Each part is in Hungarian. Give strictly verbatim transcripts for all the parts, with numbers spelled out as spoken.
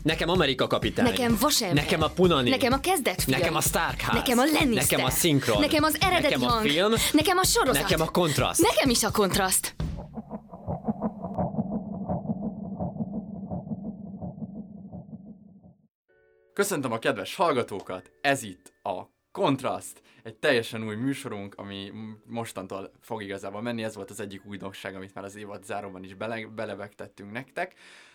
Nekem Amerika kapitány. Nekem Vasember. Nekem a Punani. Nekem a kezdetfilm. Nekem a Starkház. Nekem a Lannister. Nekem a szinkron. Nekem az eredeti Nekem a hang. film. Nekem a sorozat. Nekem a kontraszt. Nekem is a kontraszt. Köszöntöm a kedves hallgatókat, ez itt a Kontraszt, egy teljesen új műsorunk, ami mostantól fog igazából menni, ez volt az egyik újdonság, amit már az évad záróban is bele, belevegtettünk nektek.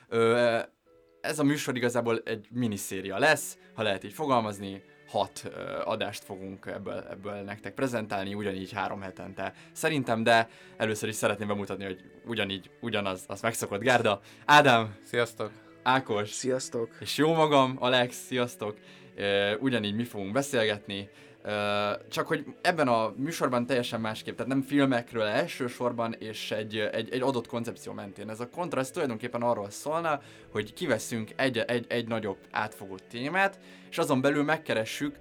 Ö, ez a műsor igazából egy miniszéria lesz, ha lehet így fogalmazni, hat ö, adást fogunk ebből, ebből nektek prezentálni, ugyanígy három hetente szerintem, de először is szeretném bemutatni, hogy ugyanígy, ugyanaz, az megszokott gárda. Ádám! Sziasztok! Ákos! Sziasztok! És jó magam, Alex, sziasztok! Ugyanígy mi fogunk beszélgetni, csak hogy ebben a műsorban teljesen másképp, tehát nem filmekről elsősorban, és egy, egy, egy adott koncepció mentén. Ez a kontraszt tulajdonképpen arról szólna, hogy kiveszünk egy, egy, egy nagyobb átfogó témát, és azon belül megkeressük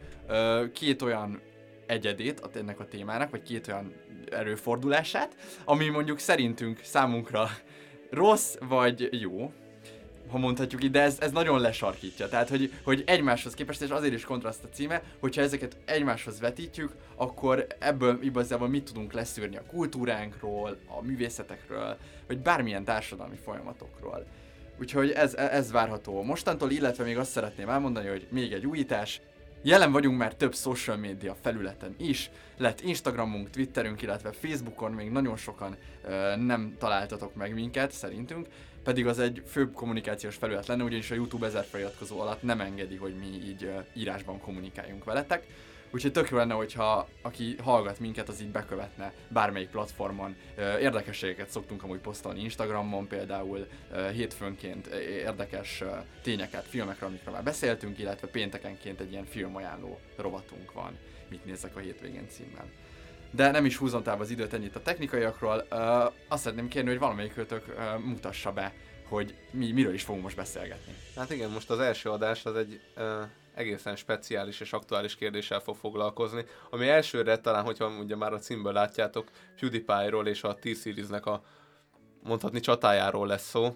két olyan egyedét ennek a témának, vagy két olyan erőfordulását, ami mondjuk szerintünk számunkra rossz vagy jó, ha mondhatjuk így, de ez, ez nagyon lesarkítja. Tehát, hogy, hogy egymáshoz képest, és azért is kontraszt a címe, hogyha ezeket egymáshoz vetítjük, akkor ebből igazából mit tudunk leszűrni a kultúránkról, a művészetekről, vagy bármilyen társadalmi folyamatokról. Úgyhogy ez, ez várható mostantól, illetve még azt szeretném elmondani, hogy még egy újítás. Jelen vagyunk már több social media felületen is, lett Instagramunk, Twitterünk, illetve Facebookon még nagyon sokan ö, nem találtatok meg minket, szerintünk, pedig az egy főbb kommunikációs felület lenne, ugyanis a YouTube ezer feliratkozó alatt nem engedi, hogy mi így ö, írásban kommunikáljunk veletek. Úgyhogy tök jó lenne, hogyha aki hallgat minket, az így bekövetne bármelyik platformon. Érdekességeket szoktunk amúgy posztolni Instagramon, például hétfőnként érdekes tényeket, filmekről, amikről már beszéltünk, illetve péntekenként egy ilyen filmajánló rovatunk van, Mit nézzek a hétvégén címmel. De nem is húzom tovább az időt, ennyit a technikaiakról. Azt szeretném kérni, hogy valamelyikőtök mutassa be, hogy mi, miről is fogunk most beszélgetni. Hát igen, most az első adás az egy uh, egészen speciális és aktuális kérdéssel fog foglalkozni, ami elsőre talán, hogyha ugye már a címből látjátok, PewDiePie-ról és a T-Series-nek a mondhatni csatájáról lesz szó,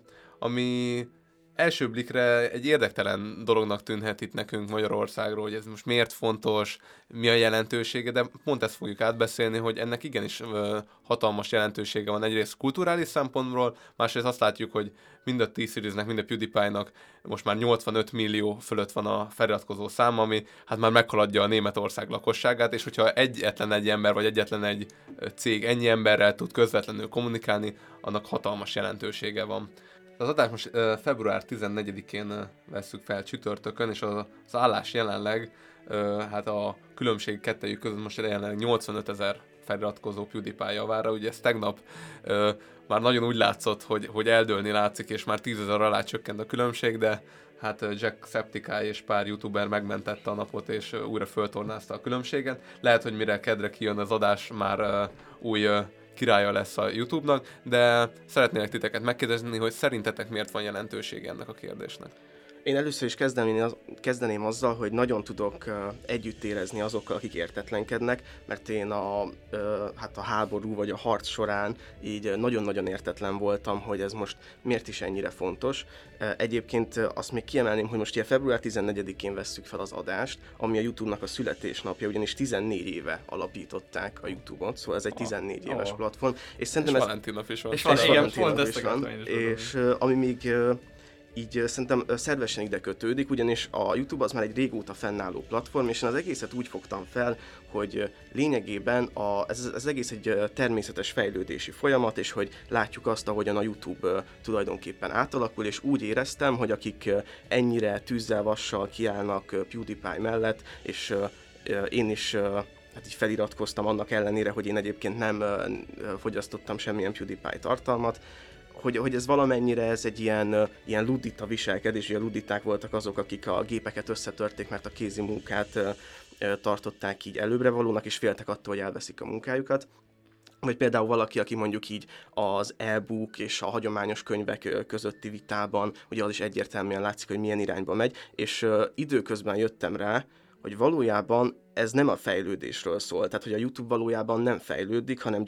ami első blikre egy érdektelen dolognak tűnhet itt nekünk Magyarországról, hogy ez most miért fontos, mi a jelentősége, de pont ezt fogjuk átbeszélni, hogy ennek igenis ö, hatalmas jelentősége van egyrészt kulturális szempontból, másrészt azt látjuk, hogy mind a T-Series-nek, mind a PewDiePie-nak most már nyolcvanöt millió fölött van a feliratkozó szám, ami hát már meghaladja a Németország lakosságát, és hogyha egyetlen egy ember vagy egyetlen egy cég ennyi emberrel tud közvetlenül kommunikálni, annak hatalmas jelentősége van. Az adást most uh, február tizennegyedikén uh, vesszük fel csütörtökön, és az, az állás jelenleg, uh, hát a különbség kettejük között most jelenleg nyolcvanötezer feliratkozó PewDiePie javára, ugye ez tegnap uh, már nagyon úgy látszott, hogy, hogy eldőlni látszik, és már tízezer alá csökkent a különbség, de hát uh, Jacksepticeye és pár youtuber megmentette a napot, és uh, újra föltornázta a különbséget. Lehet, hogy mire kedre kijön az adás, már uh, új uh, királya lesz a YouTube-nak, de szeretnélek titeket megkérdezni, hogy szerintetek miért van jelentősége ennek a kérdésnek? Én először is kezdeném, kezdeném azzal, hogy nagyon tudok uh, együtt érezni azokkal, akik értetlenkednek, mert én a, uh, hát a háború vagy a harc során így uh, nagyon-nagyon értetlen voltam, hogy ez most miért is ennyire fontos. Uh, egyébként uh, azt még kiemelném, hogy most ilyen február tizennegyedikén vesszük fel az adást, ami a YouTube-nak a születésnapja, ugyanis tizennégy éve alapították a YouTube-ot, szóval ez egy tizennégy éves oh. platform. És szerintem és ez... Valentin nap is van. És, van, és igen, pont ezt van, és uh, ami még... Uh, így szerintem szervesen ide kötődik, ugyanis a YouTube az már egy régóta fennálló platform, és én az egészet úgy fogtam fel, hogy lényegében a, ez, ez egész egy természetes fejlődési folyamat, és hogy látjuk azt, ahogyan a YouTube tulajdonképpen átalakul, és úgy éreztem, hogy akik ennyire tűzzel, vassal kiállnak PewDiePie mellett, és én is hát így feliratkoztam annak ellenére, hogy én egyébként nem fogyasztottam semmilyen PewDiePie tartalmat, Hogy, hogy ez valamennyire ez egy ilyen, ilyen ludita viselkedés, ugye luditák voltak azok, akik a gépeket összetörték, mert a kézi munkát tartották így előbbre valónak, és féltek attól, hogy elveszik a munkájukat. Vagy például valaki, aki mondjuk így az e-book és a hagyományos könyvek közötti vitában, ugye az is egyértelműen látszik, hogy milyen irányba megy, és időközben jöttem rá, hogy valójában ez nem a fejlődésről szól, tehát hogy a YouTube valójában nem fejlődik, hanem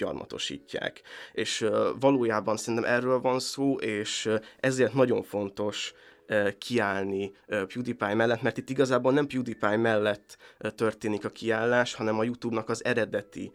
gyarmatosítják. És uh, valójában szerintem erről van szó, és uh, ezért nagyon fontos kiállni PewDiePie mellett, mert itt igazából nem PewDiePie mellett történik a kiállás, hanem a YouTube-nak az eredeti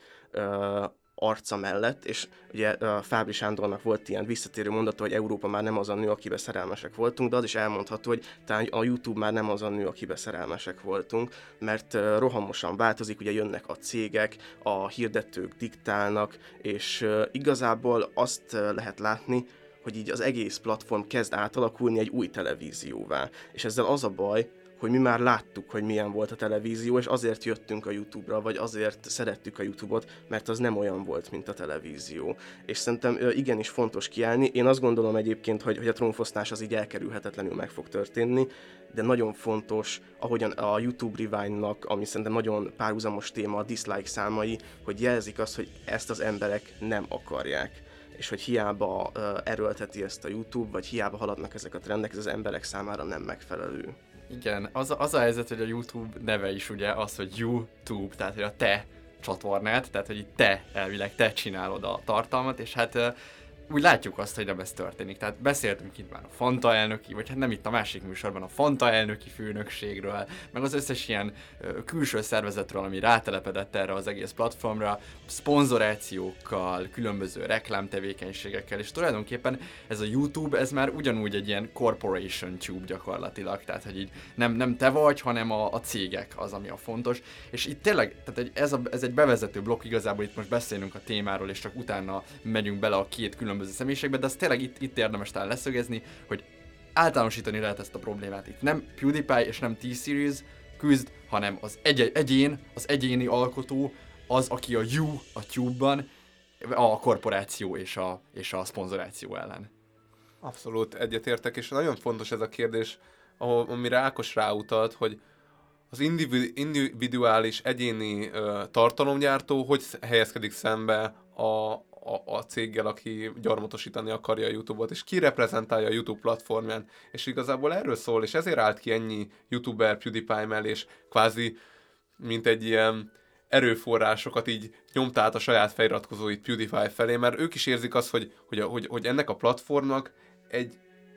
arca mellett, és ugye Fábri Sándornak volt ilyen visszatérő mondata, hogy Európa már nem az a nő, akibe szerelmesek voltunk, de az is elmondható, hogy talán a YouTube már nem az a nő, akibe szerelmesek voltunk, mert rohamosan változik, ugye jönnek a cégek, a hirdetők diktálnak, és igazából azt lehet látni, hogy így az egész platform kezd átalakulni egy új televízióvá. És ezzel az a baj, hogy mi már láttuk, hogy milyen volt a televízió, és azért jöttünk a YouTube-ra, vagy azért szerettük a YouTube-ot, mert az nem olyan volt, mint a televízió. És szerintem igenis fontos kiállni. Én azt gondolom egyébként, hogy, hogy a trónfosztás az így elkerülhetetlenül meg fog történni, de nagyon fontos, ahogyan a YouTube Rewind-nak, ami szerintem nagyon párhuzamos téma, a dislike számai, hogy jelzik azt, hogy ezt az emberek nem akarják. És hogy hiába uh, erőlteti ezt a YouTube, vagy hiába haladnak ezek a trendek, ez az emberek számára nem megfelelő. Igen, az a, az a helyzet, hogy a YouTube neve is ugye az, hogy YouTube, tehát hogy a te csatornád, tehát hogy itt te, elvileg te csinálod a tartalmat, és hát uh, úgy látjuk azt, hogy nem ez történik. Tehát beszéltünk itt már a Fanta elnöki, vagy hát nem itt a másik műsorban, a Fanta elnöki főnökségről, meg az összes ilyen uh, külső szervezetről, ami rátelepedett erre az egész platformra, szponzorációkkal, különböző reklámtevékenységekkel, és tulajdonképpen ez a YouTube, ez már ugyanúgy egy ilyen corporation tube gyakorlatilag, tehát hogy így nem, nem te vagy, hanem a, a cégek az, ami a fontos, és itt tényleg, tehát egy, ez, a, ez egy bevezető blokk, igazából itt most beszélünk a témáról, és csak utána megyünk bele a két különböző személyiségbe, de az tényleg itt, itt érdemes talán leszögezni, hogy általánosítani lehet ezt a problémát. Itt nem PewDiePie és nem T-Series küzd, hanem az egy- egyén, az egyéni alkotó, az, aki a you a Tube-ban, a korporáció és a, és a szponzoráció ellen. Abszolút egyetértek, és nagyon fontos ez a kérdés, ahol, amire Ákos ráutalt, hogy az individu- individuális egyéni uh, tartalomgyártó hogy helyezkedik szembe a A, a céggel, aki gyarmatosítani akarja a YouTube-ot, és ki reprezentálja a YouTube platformján. És igazából erről szól, és ezért állt ki ennyi YouTuber PewDiePie mellé, és kvázi, mint egy ilyen erőforrásokat így nyomta át a saját feliratkozóit PewDiePie felé, mert ők is érzik azt, hogy, hogy, hogy, hogy ennek a platformnak egy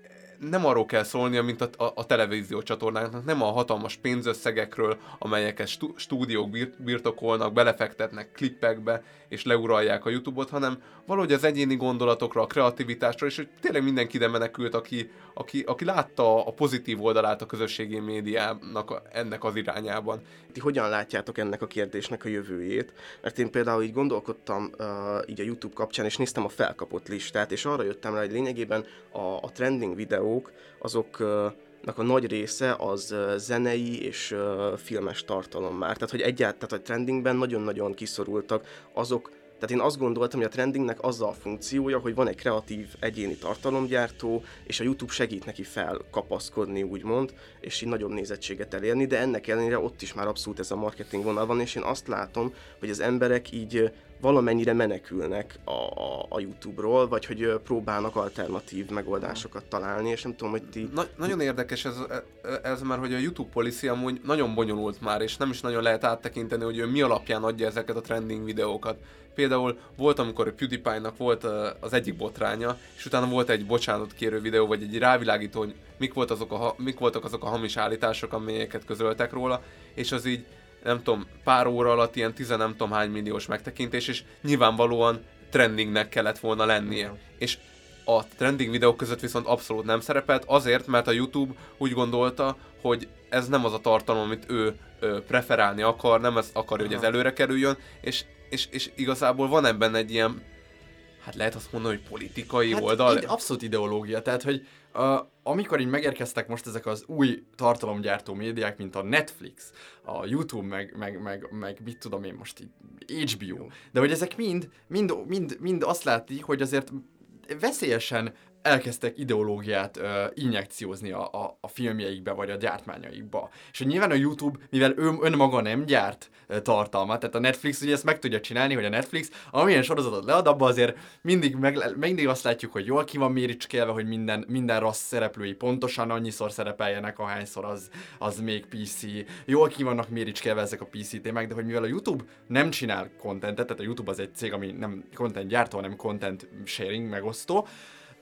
nem arról kell szólnia, mint a, a, a televízió csatornáknak, nem a hatalmas pénzösszegekről, amelyeket stú, stúdiók bir, birtokolnak, belefektetnek klippekbe, és leuralják a YouTube-ot, hanem valahogy az egyéni gondolatokra, a kreativitásra, és hogy tényleg mindenki ide menekült, aki, aki, aki látta a pozitív oldalát a közösségi médiának a, ennek az irányában. Ti hogyan látjátok ennek a kérdésnek a jövőjét? Mert én például így gondolkodtam uh, így a YouTube kapcsán, és néztem a felkapott listát, és arra jöttem rá, hogy lényegében a, a trending videók, azoknak a nagy része az uh, zenei és uh, filmes tartalom már. Tehát, hogy egyáltalán, tehát a trendingben nagyon-nagyon kiszorultak azok. Tehát én azt gondoltam, hogy a trendingnek azzal a funkciója, hogy van egy kreatív egyéni tartalomgyártó, és a YouTube segít neki felkapaszkodni, úgymond, és így nagyobb nézettséget elérni, de ennek ellenére ott is már abszolút ez a marketing vonal van, és én azt látom, hogy az emberek így valamennyire menekülnek a, a, a YouTube-ról, vagy hogy próbálnak alternatív megoldásokat találni, és nem tudom, hogy ti... Na, nagyon érdekes ez, ez már, hogy a YouTube policy amúgy nagyon bonyolult már, és nem is nagyon lehet áttekinteni, hogy ő mi alapján adja ezeket a trending videókat. Például volt, amikor a PewDiePie-nak volt az egyik botránya, és utána volt egy bocsánatkérő videó, vagy egy rávilágító, hogy mik, volt azok a, mik voltak azok a hamis állítások, amelyeket közöltek róla, és az így, nem tudom, pár óra alatt ilyen tizen nem tudom hány milliós megtekintés, és nyilvánvalóan trendingnek kellett volna lennie. Mm. És a trending videók között viszont abszolút nem szerepelt, azért, mert a YouTube úgy gondolta, hogy ez nem az a tartalom, amit ő, ő preferálni akar, nem ezt akarja, hogy ez előre kerüljön, és, és, és igazából van ebben egy ilyen, hát lehet azt mondani, hogy politikai hát oldal. Ide, abszolút ideológia, tehát hogy uh, amikor így megérkeztek most ezek az új tartalomgyártó médiák, mint a Netflix, a YouTube, meg, meg, meg, meg mit tudom én most így, há bé o, de hogy ezek mind, mind, mind, mind azt látják, hogy azért veszélyesen elkezdtek ideológiát uh, injekciózni a, a, a filmjeikbe, vagy a gyártmányaikba. És hogy nyilván a YouTube, mivel ő önmaga nem gyárt uh, tartalmat, tehát a Netflix ugye ezt meg tudja csinálni, hogy a Netflix, amilyen sorozatot lead, abba azért mindig, meg, mindig azt látjuk, hogy jól ki van méricskélve, hogy minden, minden rassz szereplői pontosan annyiszor szerepeljenek, ahányszor az, az még pé cé. Jól ki vannak méricskélve ezek a pé cé témák, de hogy mivel a YouTube nem csinál contentet, tehát a YouTube az egy cég, ami nem content gyártó, hanem content sharing, megosztó,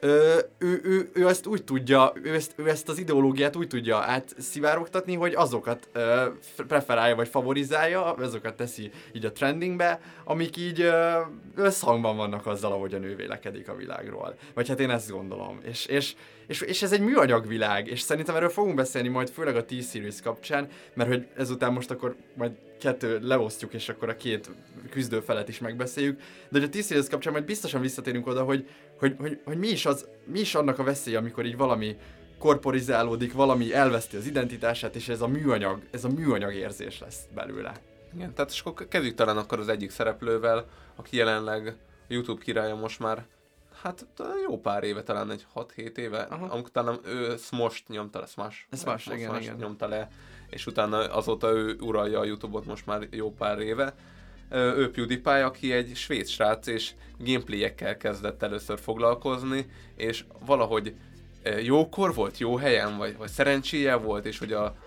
Ö, ő, ő, ő ezt úgy tudja, ő ezt, ő ezt az ideológiát úgy tudja átszivárogtatni, hogy azokat ö, preferálja vagy favorizálja, azokat teszi így a trendingbe, amik így ö, összhangban vannak azzal, ahogyan ő vélekedik a világról. Vagy hát én ezt gondolom. És, és, és, és ez egy műanyag világ, és szerintem erről fogunk beszélni majd főleg a T-Series kapcsán, mert hogy ezután most akkor majd kettő leosztjuk, és akkor a két küzdőfelet is megbeszéljük, de hogy a T-Series kapcsán majd biztosan visszatérünk oda, hogy, hogy, hogy, hogy mi, is az, mi is annak a veszély, amikor így valami korporizálódik, valami elveszti az identitását, és ez a műanyag, ez a műanyag érzés lesz belőle. Igen, tehát és akkor kezdjük talán akkor az egyik szereplővel, aki jelenleg a YouTube királya most már, hát jó pár éve, talán egy hat-hét éve, amikor talán ő Smosh-t nyomta le, Smash, Smash, igen, Smash igen. nyomta nyomta le, és utána azóta ő uralja a YouTube-ot most már jó pár éve. Ő PewDiePie, aki egy svéd srác, és gameplayekkel kezdett először foglalkozni, és valahogy jókor volt, jó helyen, vagy, vagy szerencséje volt, és hogy a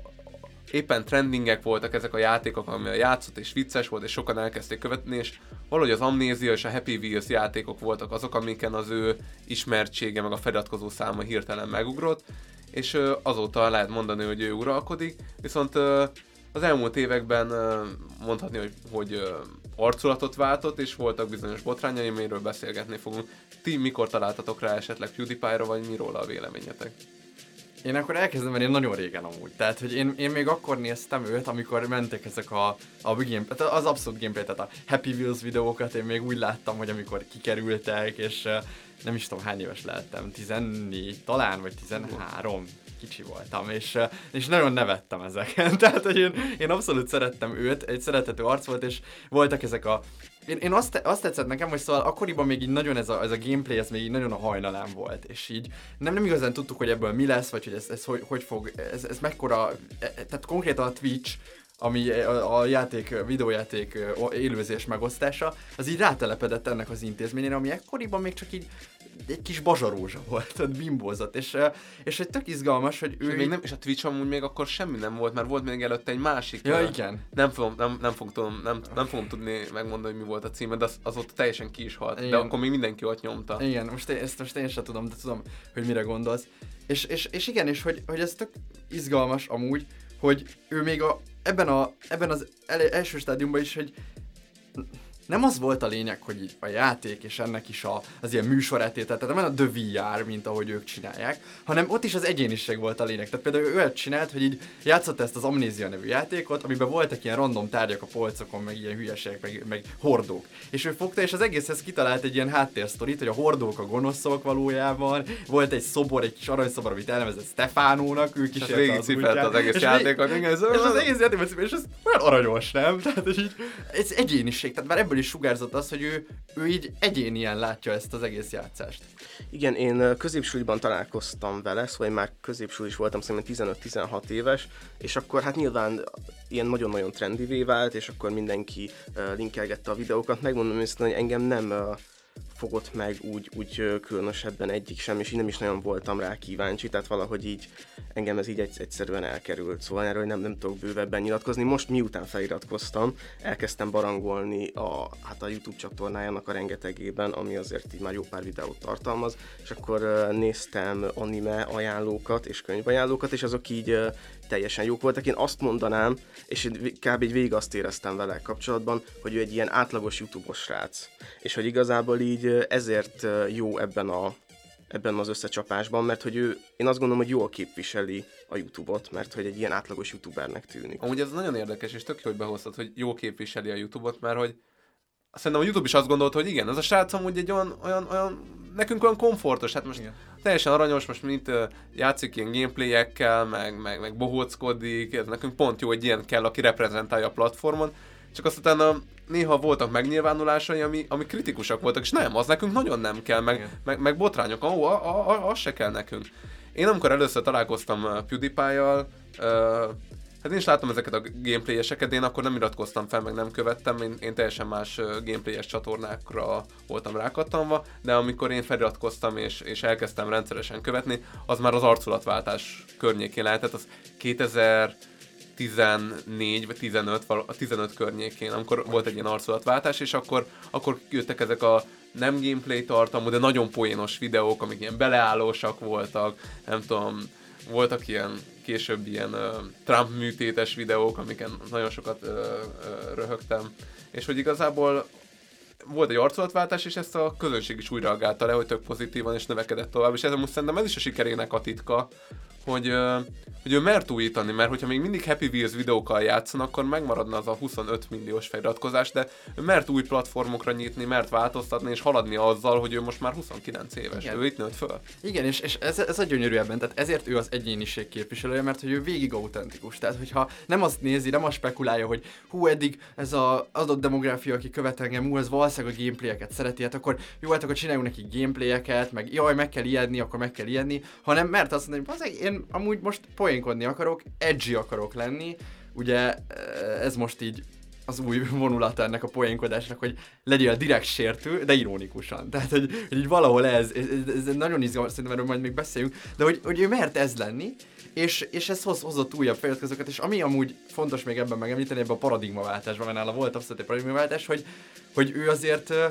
éppen trendingek voltak ezek a játékok, amivel játszott, és vicces volt, és sokan elkezdték követni, és valahogy az Amnézia és a Happy Wheels játékok voltak azok, amiken az ő ismertsége, meg a feliratkozó száma hirtelen megugrott, és azóta lehet mondani, hogy ő uralkodik, viszont az elmúlt években mondhatni, hogy, hogy arculatot váltott, és voltak bizonyos botrányai, amiről beszélgetni fogunk. Ti mikor találtatok rá esetleg PewDiePie-ra, vagy mi róla a véleményetek? Én akkor elkezdem, mert én nagyon régen amúgy. Tehát, hogy én, én még akkor néztem őt, amikor mentek ezek a, a game, az abszolút gameplay, tehát a Happy Wheels videókat én még úgy láttam, hogy amikor kikerültek, és nem is tudom hány éves lehettem, tizennégy talán, vagy tizenhárom. Kicsi voltam, és, és nagyon nevettem ezeken. Tehát, hogy én, én abszolút szerettem őt, egy szerethető arc volt, és voltak ezek a... Én, én azt, azt tetszett nekem, hogy szóval akkoriban még így nagyon ez a, ez a gameplay, ez még így nagyon a hajnalán volt, és így nem, nem igazán tudtuk, hogy ebből mi lesz, vagy hogy ez, ez hogy, hogy fog, ez, ez mekkora... Tehát konkrétan a Twitch, ami a, a játék, videójáték élőzés megosztása, az így rátelepedett ennek az intézményére, ami ekkoriban még csak így egy kis bazsarózsa volt, tehát bimbózott, és, és egy tök izgalmas, hogy ő... És, még nem, és a Twitch amúgy még akkor semmi nem volt, mert volt még előtte egy másik... Ja, uh, igen. Nem fogom, nem, nem, fogom, tudom, nem, nem fogom tudni megmondani, hogy mi volt a címe, de az, azóta teljesen ki is halt, igen. De akkor még mindenki ott nyomta. Igen, most én, ezt most én sem tudom, de tudom, hogy mire gondolsz. És, és, és igen, és hogy, hogy ez tök izgalmas amúgy, hogy ő még a, ebben, a, ebben az el, első stádiumban is, hogy nem az volt a lényeg, hogy így a játék és ennek is a, az ilyen műsorátétel, tehát nem a The vé er, mint ahogy ők csinálják, hanem ott is az egyéniség volt a lényeg. Tehát például ő olyat csinált, hogy így játszott ezt az Amnézia nevű játékot, amiben voltak ilyen random tárgyak a polcokon, meg ilyen hülyeségek, meg, meg hordók. És ő fogta, és az egészhez kitalált egy ilyen háttérsztorit, hogy a hordók a gonoszok valójában, volt egy szobor, egy kis aranyszobor, amit elnevezett Stefánónak, ő kísérte végig az cipelt útját. az egész És játékot. még- És az egész játékot, és ez olyan aranyos, nem? Tehát hogy így, ez egyéniség, tehát már ebből is sugárzott az, hogy ő, ő így egyénien látja ezt az egész játszást. Igen, én középsuliban találkoztam vele, szóval én már középsulis voltam, szerintem tizenöt-tizenhat éves, és akkor hát nyilván ilyen nagyon-nagyon trendivé vált, és akkor mindenki uh, linkelgette a videókat. Megmondom őszintén, hogy engem nem uh, fogott meg úgy, úgy uh, különösebben egyik sem, és így nem is nagyon voltam rá kíváncsi, tehát valahogy így engem ez így egy, egyszerűen elkerült, szóval erről nem, nem tudok bővebben nyilatkozni. Most miután feliratkoztam, elkezdtem barangolni a, hát a YouTube csatornájának a rengetegében, ami azért így már jó pár videót tartalmaz, és akkor uh, néztem anime ajánlókat és könyvajánlókat, és azok így uh, teljesen jók voltak. Én azt mondanám, és kb. Végig azt éreztem vele kapcsolatban, hogy ő egy ilyen átlagos YouTube-os srác, és hogy igazából így uh, ezért uh, jó ebben a ebben az összecsapásban, mert hogy ő, én azt gondolom, hogy jól képviseli a YouTube-ot, mert hogy egy ilyen átlagos YouTubernek tűnik. Amúgy ez nagyon érdekes, és tök jó, hogy behoztad, hogy jól képviseli a YouTube-ot, mert hogy szerintem a YouTube is azt gondolta, hogy igen, ez a srác amúgy egy olyan, olyan, olyan nekünk olyan komfortos, hát most igen. Teljesen aranyos, most mint uh, játszik ilyen gameplayekkel, meg, meg, meg bohóckodik, ez nekünk pont jó, hogy ilyen kell, aki reprezentálja a platformon, csak azt utána néha voltak megnyilvánulásai, ami, ami kritikusak voltak, és nem, az nekünk nagyon nem kell, meg, meg, meg botrányok, ó, a, a, a, az se kell nekünk. Én amikor először találkoztam PewDiePie-jal, uh, hát én is láttam ezeket a gameplayeseket, de én akkor nem iratkoztam fel, meg nem követtem, én, én teljesen más gameplayes csatornákra voltam rákattanva, de amikor én feliratkoztam és, és elkezdtem rendszeresen követni, az már az arculatváltás környékén lehetett, az kétezer-tizennégy vagy tizenöt, a tizenöt környékén, amikor volt egy ilyen arculatváltás, és akkor, akkor jöttek ezek a nem gameplay tartalmú, de nagyon poénos videók, amik ilyen beleállósak voltak, nem tudom, voltak ilyen később ilyen uh, Trump műtétes videók, amiken nagyon sokat uh, uh, röhögtem, és hogy igazából volt egy arculatváltás, és ezt a közönség is újra reagálta le, hogy tök pozitívan, és növekedett tovább, és ez most szerintem ez is a sikerének a titka, hogy, uh, hogy ő mert újítani, mert hogyha még mindig Happy Wheels videókkal játszanak, akkor megmaradna az a huszonöt milliós feliratkozás, de ő mert új platformokra nyitni, mert változtatni, és haladni azzal, hogy ő most már huszonkilenc éves, Igen. ő itt nőtt föl. Igen, és, és ez, ez a gyönyörű ebben, tehát ezért ő az egyéniség képviselője, mert hogy ő végig autentikus. Tehát, hogyha nem azt nézi, nem azt spekulálja, hogy hú, eddig ez az adott demográfia, aki követ engem, hú, ez valószínűleg a gameplayeket szereti, hát akkor jó, hát akkor csináljunk neki gameplayeket, meg jaj, meg kell ijedni, akkor meg kell ijedni, hanem mert azt mondja, hogy azért én amúgy most poénkodni akarok, edgy akarok lenni, ugye ez most így az új vonulata ennek a poénkodásnak, hogy legyél direkt sértő, de ironikusan. Tehát, hogy, hogy így valahol ez, ez, ez nagyon izgalmas, szerintem erről majd még beszéljünk, de hogy, hogy ő mert ez lenni, és, és ez hoz, hozott újabb feliratkozókat, és ami amúgy fontos még ebben megemlíteni, ebben a paradigmaváltásban, mert nála volt abszolút egy paradigmaváltás, hogy, hogy ő azért, ő,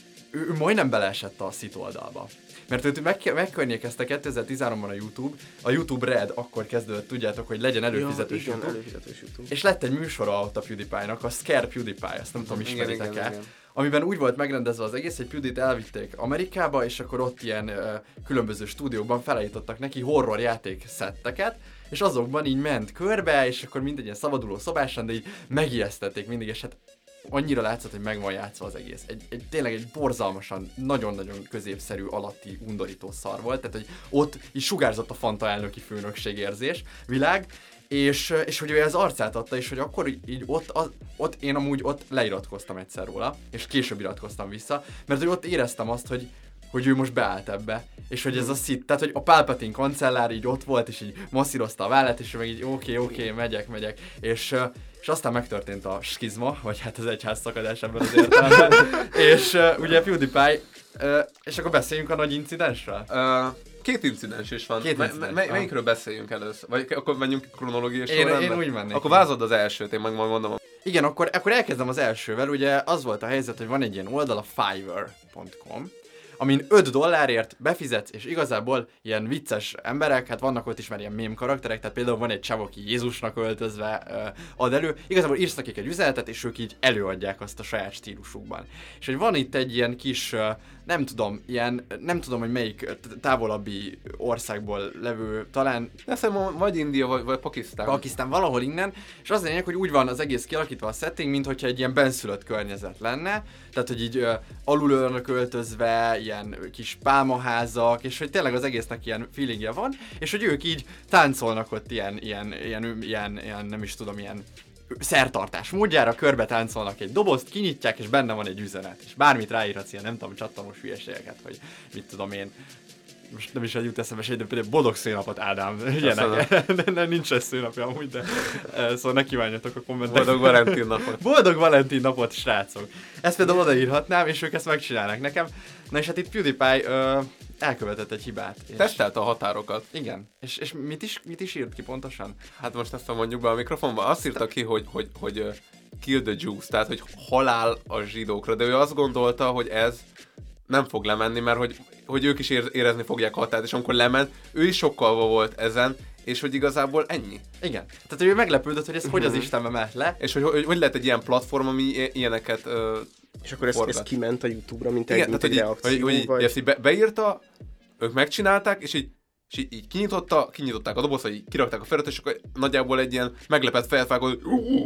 ő majdnem beleesett a szit oldalba. Mert őt meg, megkörnyékezte kétezer-tizenháromban a YouTube, a YouTube Red akkor kezdődött, tudjátok, hogy legyen előfizetős ja, igen, YouTube, előfizetős YouTube. és lett egy műsora ott a PewDiePie-nak, a Scare PewDiePie, ezt nem tudom, ismeritek el, amiben úgy volt megrendezve az egész, hogy PewDiePie-t elvitték Amerikába, és akkor ott ilyen uh, különböző stúdiókban felállítottak neki horror játék szetteket, és azokban így ment körbe, és akkor mindegy ilyen szabaduló szobásan, de így megijesztették mindig, és hát annyira látszott, hogy meg van játszva az egész. Egy, egy, tényleg egy borzalmasan, nagyon-nagyon középszerű, alatti, undorító szar volt, tehát hogy ott így sugárzott a Fanta elnöki főnökség érzés, világ, és, és hogy ő az arcát adta, és hogy akkor így, így ott, az, ott én amúgy ott leiratkoztam egyszer róla, és később iratkoztam vissza, mert hogy ott éreztem azt, hogy hogy ő most beállt ebbe, és hogy ez a szit, tehát hogy a Palpatine kancellár így ott volt, és így masszírozta a vállát, és ő meg így oké, okay, oké, okay, megyek, megyek, és, és aztán megtörtént a skizma, vagy hát az egyház szakadás ebben az értelemben, és uh, ugye PewDiePie, uh, és akkor beszéljünk a nagy incidensről? Uh, két incidens is van. Két Me- incidens, me- ah. melyikről beszéljünk először? Vagy akkor menjünk kronológiai Én, sorrendben? én úgy mennék. Akkor vázod az elsőt, én meg majd mondom. Igen, akkor, akkor elkezdem az elsővel, ugye az volt a helyzet, hogy van egy ilyen oldal, a fiverr pont com, amin öt dollárért befizetsz, és igazából ilyen vicces emberek, hát vannak ott is már ilyen mém karakterek, tehát például van egy csávó, aki Jézusnak öltözve uh, ad elő, igazából írsz nekik egy üzenetet, és ők így előadják azt a saját stílusukban. És hogy van itt egy ilyen kis, uh, nem tudom, ilyen, nem tudom, hogy melyik távolabbi országból levő, talán Eszem, vagy India, vagy, vagy Pakisztán. Pakisztán, valahol innen, és az a lényeg, hogy úgy van az egész kialakítva a setting, mint hogyha egy ilyen benszülött környezet lenne, tehát hogy így uh, alul önök öltözve, ilyen kis pálmaházak, és hogy tényleg az egésznek ilyen feelingje van, és hogy ők így táncolnak ott ilyen, ilyen, ilyen, ilyen, ilyen nem is tudom, ilyen szertartás módjára, körbe táncolnak egy dobozt, kinyitják, és benne van egy üzenet, és bármit ráírhatsz, ilyen nem tudom, csattanós hülyeségeket, hogy mit tudom én, most nem is jut eszembe se, de például boldog szőnapot, Ádám, ilyenek. Nem, nincs ez szőnapja amúgy, de szóval ne kívánjatok a kommentekben. Boldog Valentin napot. Boldog Valentin napot, srácok. Ezt például odaírhatnám, és ők ezt megcsinálnak nekem. Na és hát itt PewDiePie ö, elkövetett egy hibát. És... Tesztelt a határokat. Igen. És, és mit, is, mit is írt ki pontosan? Hát most ezt mondjuk be a mikrofonba. Azt írta ki, hogy, hogy, hogy uh, kill the Jews, tehát hogy halál a zsidókra, de ő azt gondolta, hogy ez nem fog lemenni, mert hogy, hogy ők is érezni fogják a határt, és amikor lement, ő is sokkalva volt ezen, és hogy igazából ennyi. Igen. Tehát ő meglepődött, hogy ez hogy az Istenbe ment le. És hogy, hogy hogy lehet egy ilyen platform, ami ilyeneket uh, És akkor ez, ez kiment a YouTube-ra, mint egy, igen, mint tehát, egy hogy reakció, így, hogy, vagy... hogy ezt így be, beírta, ők megcsinálták, és így, és így, így kinyitotta, kinyitották a dobozt, vagy így kirakták a feliratot, és akkor nagyjából egy ilyen meglepett felfágó,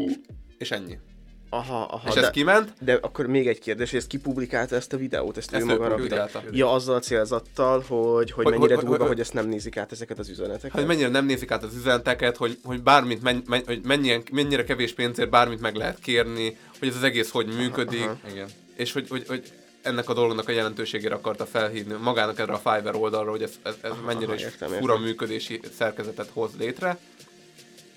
és ennyi. Aha, aha, és de, ez kiment. De akkor még egy kérdés, hogy ezt kipublikálta ezt a videót, ezt, ezt ő maga rakta. Ja, azzal a célzattal, hogy, hogy, hogy mennyire hogy, durva, hogy, hogy ezt nem nézik át ezeket az üzeneteket. Hogy mennyire nem nézik át az üzeneteket, hogy, hogy bármit, menny, menny, hogy mennyien, mennyire kevés pénzért bármit meg lehet kérni, hogy ez az egész hogy működik, aha, aha. Igen. És hogy, hogy, hogy ennek a dolognak a jelentőségére akarta felhívni magának erre a Fiverr oldalra, hogy ez, ez, ez aha, mennyire aha, is értem, fura értem. működési szerkezetet hoz létre.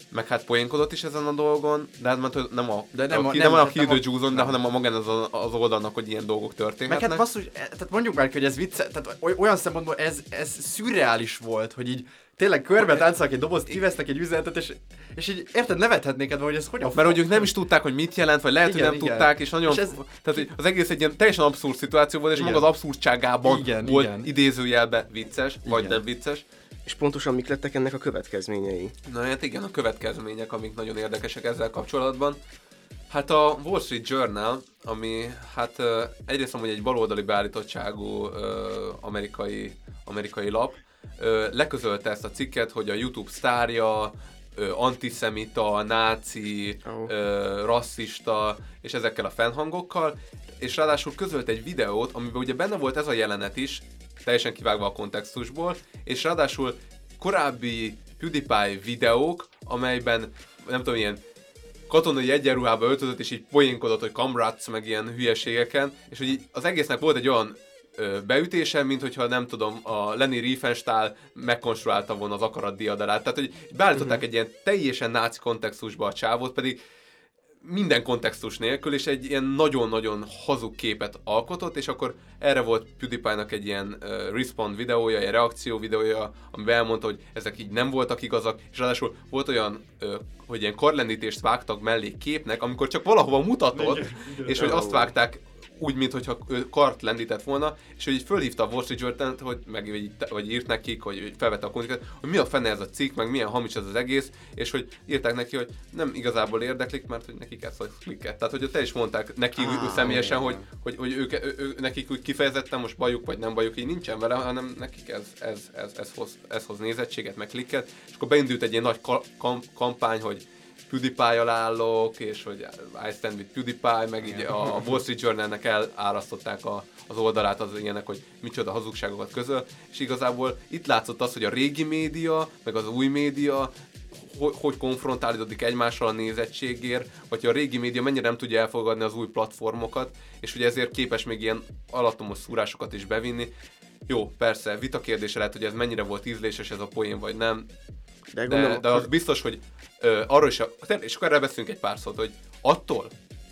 meg hát poénkodott is ezen a dolgon, de hát mert nem a, de nem a, a, ki, nem, nem a nem Kill a, the Jews-on, de hanem a magán az, az oldalnak, hogy ilyen dolgok meg történhetnek. hát basszus, tehát mondjuk már, hogy ez vicce, tehát olyan szempontból ez, ez szürreális volt, hogy így tényleg körbe táncolnak egy dobozt, kivesznek egy üzenetet, és, és így érted, nevethetnék ebben, hogy ez hogyan Mert hogy ők nem is tudták, hogy mit jelent, vagy lehet, igen, hogy nem igen. tudták, és nagyon... És ez... Tehát hogy az egész egy ilyen teljesen abszurd szituáció volt, és Igen. maga az abszurdságában Igen, volt igen. idézőjelben vicces, vagy Igen. nem vicces. És pontosan mik lettek ennek a következményei? Na hát igen, a következmények, amik nagyon érdekesek ezzel kapcsolatban. Hát a Wall Street Journal, ami hát egyrészt amúgy egy baloldali beállítottságú amerikai, amerikai lap, leközölte ezt a cikket, hogy a YouTube sztárja, antiszemita, náci, oh. rasszista, és ezekkel a fennhangokkal, és ráadásul közölt egy videót, amiben ugye benne volt ez a jelenet is, teljesen kivágva a kontextusból, és ráadásul korábbi PewDiePie videók, amelyben, nem tudom, ilyen katonai egyenruhába öltözött, és így poénkodott, hogy comrades, meg ilyen hülyeségeken, és hogy így az egésznek volt egy olyan ö, beütése, mint hogyha nem tudom, a Leni Riefenstahl megkonstruálta volna az akarat diadarát. Tehát, hogy beállították uh-huh. egy ilyen teljesen náci kontextusba a csávót, pedig minden kontextus nélkül, és egy ilyen nagyon-nagyon hazug képet alkotott, és akkor erre volt PewDiePie-nak egy ilyen uh, respond videója, egy reakció videója, amiben elmondta, hogy ezek így nem voltak igazak, és ráadásul volt olyan, uh, hogy ilyen karlendítést vágtak mellé képnek, amikor csak valahova mutatott, igen, igen, és hogy azt vágták úgy, mintha kart lendített volna, és hogy így fölhívta a Wall Street Journal-t, hogy meg vagy, vagy írt nekik, hogy felvette a konziket, hogy mi a fene ez a cikk, meg milyen hamis ez az egész, és hogy írták neki, hogy nem igazából érdeklik, mert hogy nekik ez a klikket. Tehát, hogy te is mondták neki ah, személyesen, hogy, hogy, hogy ők, ő, ő, nekik úgy kifejezetten most bajuk vagy nem bajuk, így nincsen vele, hanem nekik ez, ez, ez, ez, hoz, ez hoz nézettséget, meg klikket, és akkor beindult egy ilyen nagy kam- kampány, hogy PewDiePie-jal állok, és hogy I stand with PewDiePie, meg így a Wall Street Journal-nek elárasztották a, az oldalát az ilyenek, hogy micsoda hazugságokat közöl, és igazából itt látszott az, hogy a régi média, meg az új média hogy, hogy konfrontálódik egymással a nézettségért, vagy a régi média mennyire nem tudja elfogadni az új platformokat, és hogy ezért képes még ilyen alattomos szúrásokat is bevinni. Jó, persze, vita kérdése lehet, hogy ez mennyire volt ízléses ez a poén, vagy nem, de, de, de az biztos, hogy ö, arról is, a, és akkor erre beszélünk egy pár szót, hogy attól,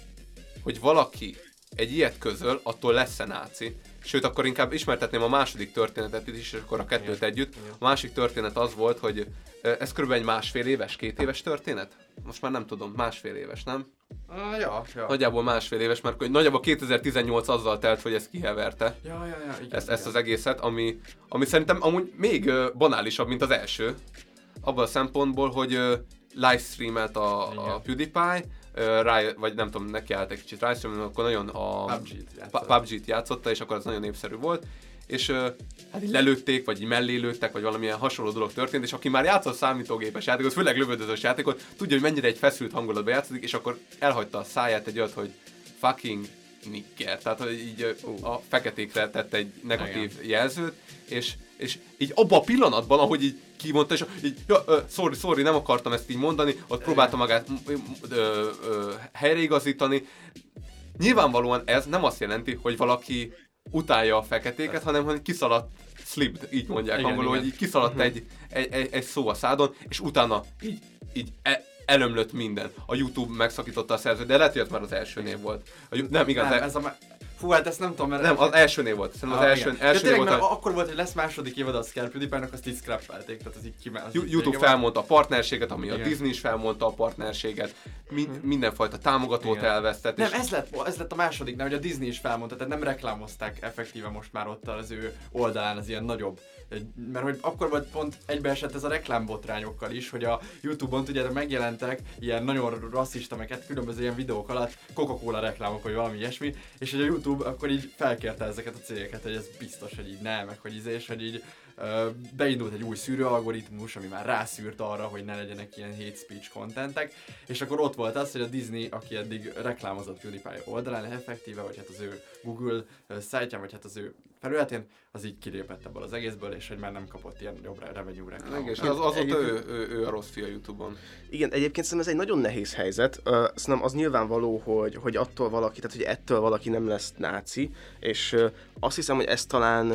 hogy valaki egy ilyet közöl, attól lesz-e náci. Sőt, akkor inkább ismertetném a második történetet is, és akkor a kettőt igen, együtt. Igen. A másik történet az volt, hogy ez körülbelül egy másfél éves, két éves történet? Most már nem tudom, másfél éves, nem? Ah, ja, ja. Nagyjából másfél éves, mert nagyjából kétezer-tizennyolc azzal telt, hogy ezt kiheverte. Ja, ja, ja, igen, ezt, igen. ezt az egészet, ami, ami szerintem amúgy még banálisabb, mint az első. Abban a szempontból, hogy uh, livestreamelt a, a PewDiePie, uh, rá, vagy nem tudom, neki állt egy kicsit livestreamelni, akkor nagyon a pé u bé-t játszotta. P U B G-t játszotta, és akkor az nagyon népszerű volt. És uh, hát így lelőtték, vagy így mellé lőttek, vagy valamilyen hasonló dolog történt, és aki már játszott számítógépes játékot, főleg lövöldözős játékot, tudja, hogy mennyire egy feszült hangulatban játszik, és akkor elhagyta a száját egy olyat, hogy fucking nigger. Tehát, hogy így uh, a feketékre tett egy negatív igen. jelzőt, és, és így abban a pillanatban, ahogy így kimondta, és így, ja, uh, sorry, sorry, nem akartam ezt így mondani, ott próbálta magát uh, uh, uh, helyreigazítani. Nyilvánvalóan ez nem azt jelenti, hogy valaki utálja a feketéket, hanem hogy kiszaladt, slipped, így mondják igen, angolul, hogy így kiszaladt uh-huh. egy, egy, egy, egy szó a szádon, és utána így, így e, elömlött minden. A YouTube megszakította a szerzőt, de lehet, hogy ez már az első név volt. A, nem, igaz, nem, ez a... Fú, hát ezt nem tudom, mert... Nem, az első név volt. Szerintem ah, az első, első első tényleg, név volt. Mert a... akkor volt, hogy lesz második évad a Scare PewDiePie-nak, azt így scrappelték, tehát az így kimel. YouTube felmondta a partnerséget, ami igen. a Disney is felmondta a partnerséget, mi, mindenfajta támogatót igen. elvesztett. Nem, és... ez, lett, ez lett a második, nem, hogy a Disney is felmondta, tehát nem reklámozták effektíve most már ott az ő oldalán az ilyen nagyobb. Mert hogy akkor volt pont egybeesett ez a reklámbotrányokkal is, hogy a YouTube-on ugye megjelentek ilyen nagyon rasszista, meg különböző ilyen videók alatt Coca-Cola reklámok, vagy valami ilyesmi, és hogy a YouTube akkor így felkérte ezeket a cégeket, hogy ez biztos, hogy így nem, meg hogy íze, és hogy így uh, beindult egy új szűrőalgoritmus, ami már rászűrt arra, hogy ne legyenek ilyen hate speech contentek, és akkor ott volt az, hogy a Disney, aki eddig reklámozott PewDiePie oldalán effektíve, vagy hát az ő Google uh, szájtján, vagy hát az ő felületén, az így kilépett ebből az egészből, és hogy már nem kapott ilyen jobb revenue reklámot. És az, azóta ő, ő, ő a rossz fia YouTube-on. Igen, egyébként szerintem ez egy nagyon nehéz helyzet. Uh, szerintem az nyilvánvaló, hogy, hogy attól valaki, tehát hogy ettől valaki nem lesz náci, és uh, azt hiszem, hogy ez talán uh,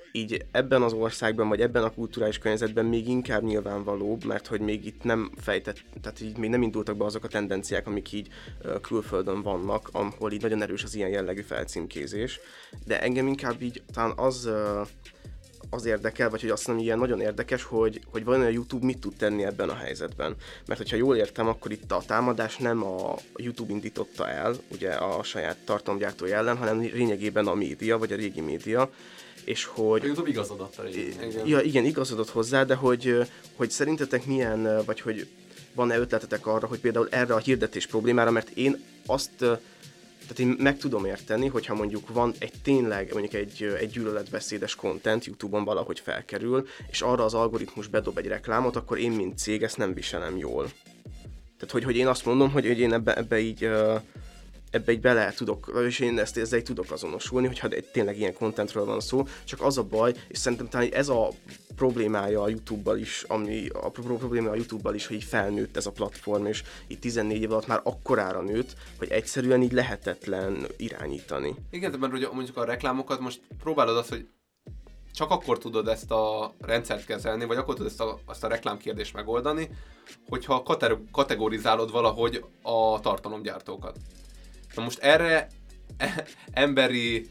így ebben az országban, vagy ebben a kulturális környezetben még inkább nyilvánvalóbb, mert hogy még itt nem fejtett, tehát így még nem indultak be azok a tendenciák, amik így uh, külföldön vannak, ahol így nagyon erős az ilyen jellegű felcímkézés. De engem inkább így talán az, uh, az érdekel, vagy hogy azt mondom, ilyen nagyon érdekes, hogy, hogy vajon a YouTube mit tud tenni ebben a helyzetben. Mert hogyha jól értem, akkor itt a támadás nem a YouTube indította el, ugye a saját tartalomgyártója ellen, hanem lényegében a média, vagy a régi média. És hogy... A YouTube igazodott a régi. Igen. Ja, igen, igazodott hozzá, de hogy, hogy szerintetek milyen, vagy hogy van-e ötletetek arra, hogy például erre a hirdetés problémára, mert én azt, tehát én meg tudom érteni, hogyha mondjuk van egy tényleg, mondjuk egy, egy gyűlöletbeszédes content YouTube-on valahogy felkerül, és arra az algoritmus bedob egy reklámot, akkor én, mint cég, ezt nem viselem jól. Tehát, hogy, hogy én azt mondom, hogy, hogy én ebbe, ebbe így... ebbe így bele tudok, és én ezt ezzel így tudok azonosulni, hogyha egy tényleg ilyen contentről van szó, csak az a baj, és szerintem talán ez a problémája a YouTube-bal is, ami a problémája a YouTube-bal is, hogy így felnőtt ez a platform, és így tizennégy év alatt már akkorára nőtt, hogy egyszerűen így lehetetlen irányítani. Igen, mert ugye mondjuk a reklámokat most próbálod azt, hogy csak akkor tudod ezt a rendszert kezelni, vagy akkor tudod ezt a, azt a reklámkérdést megoldani, hogyha kategorizálod valahogy a tartalomgyártókat. Na most erre emberi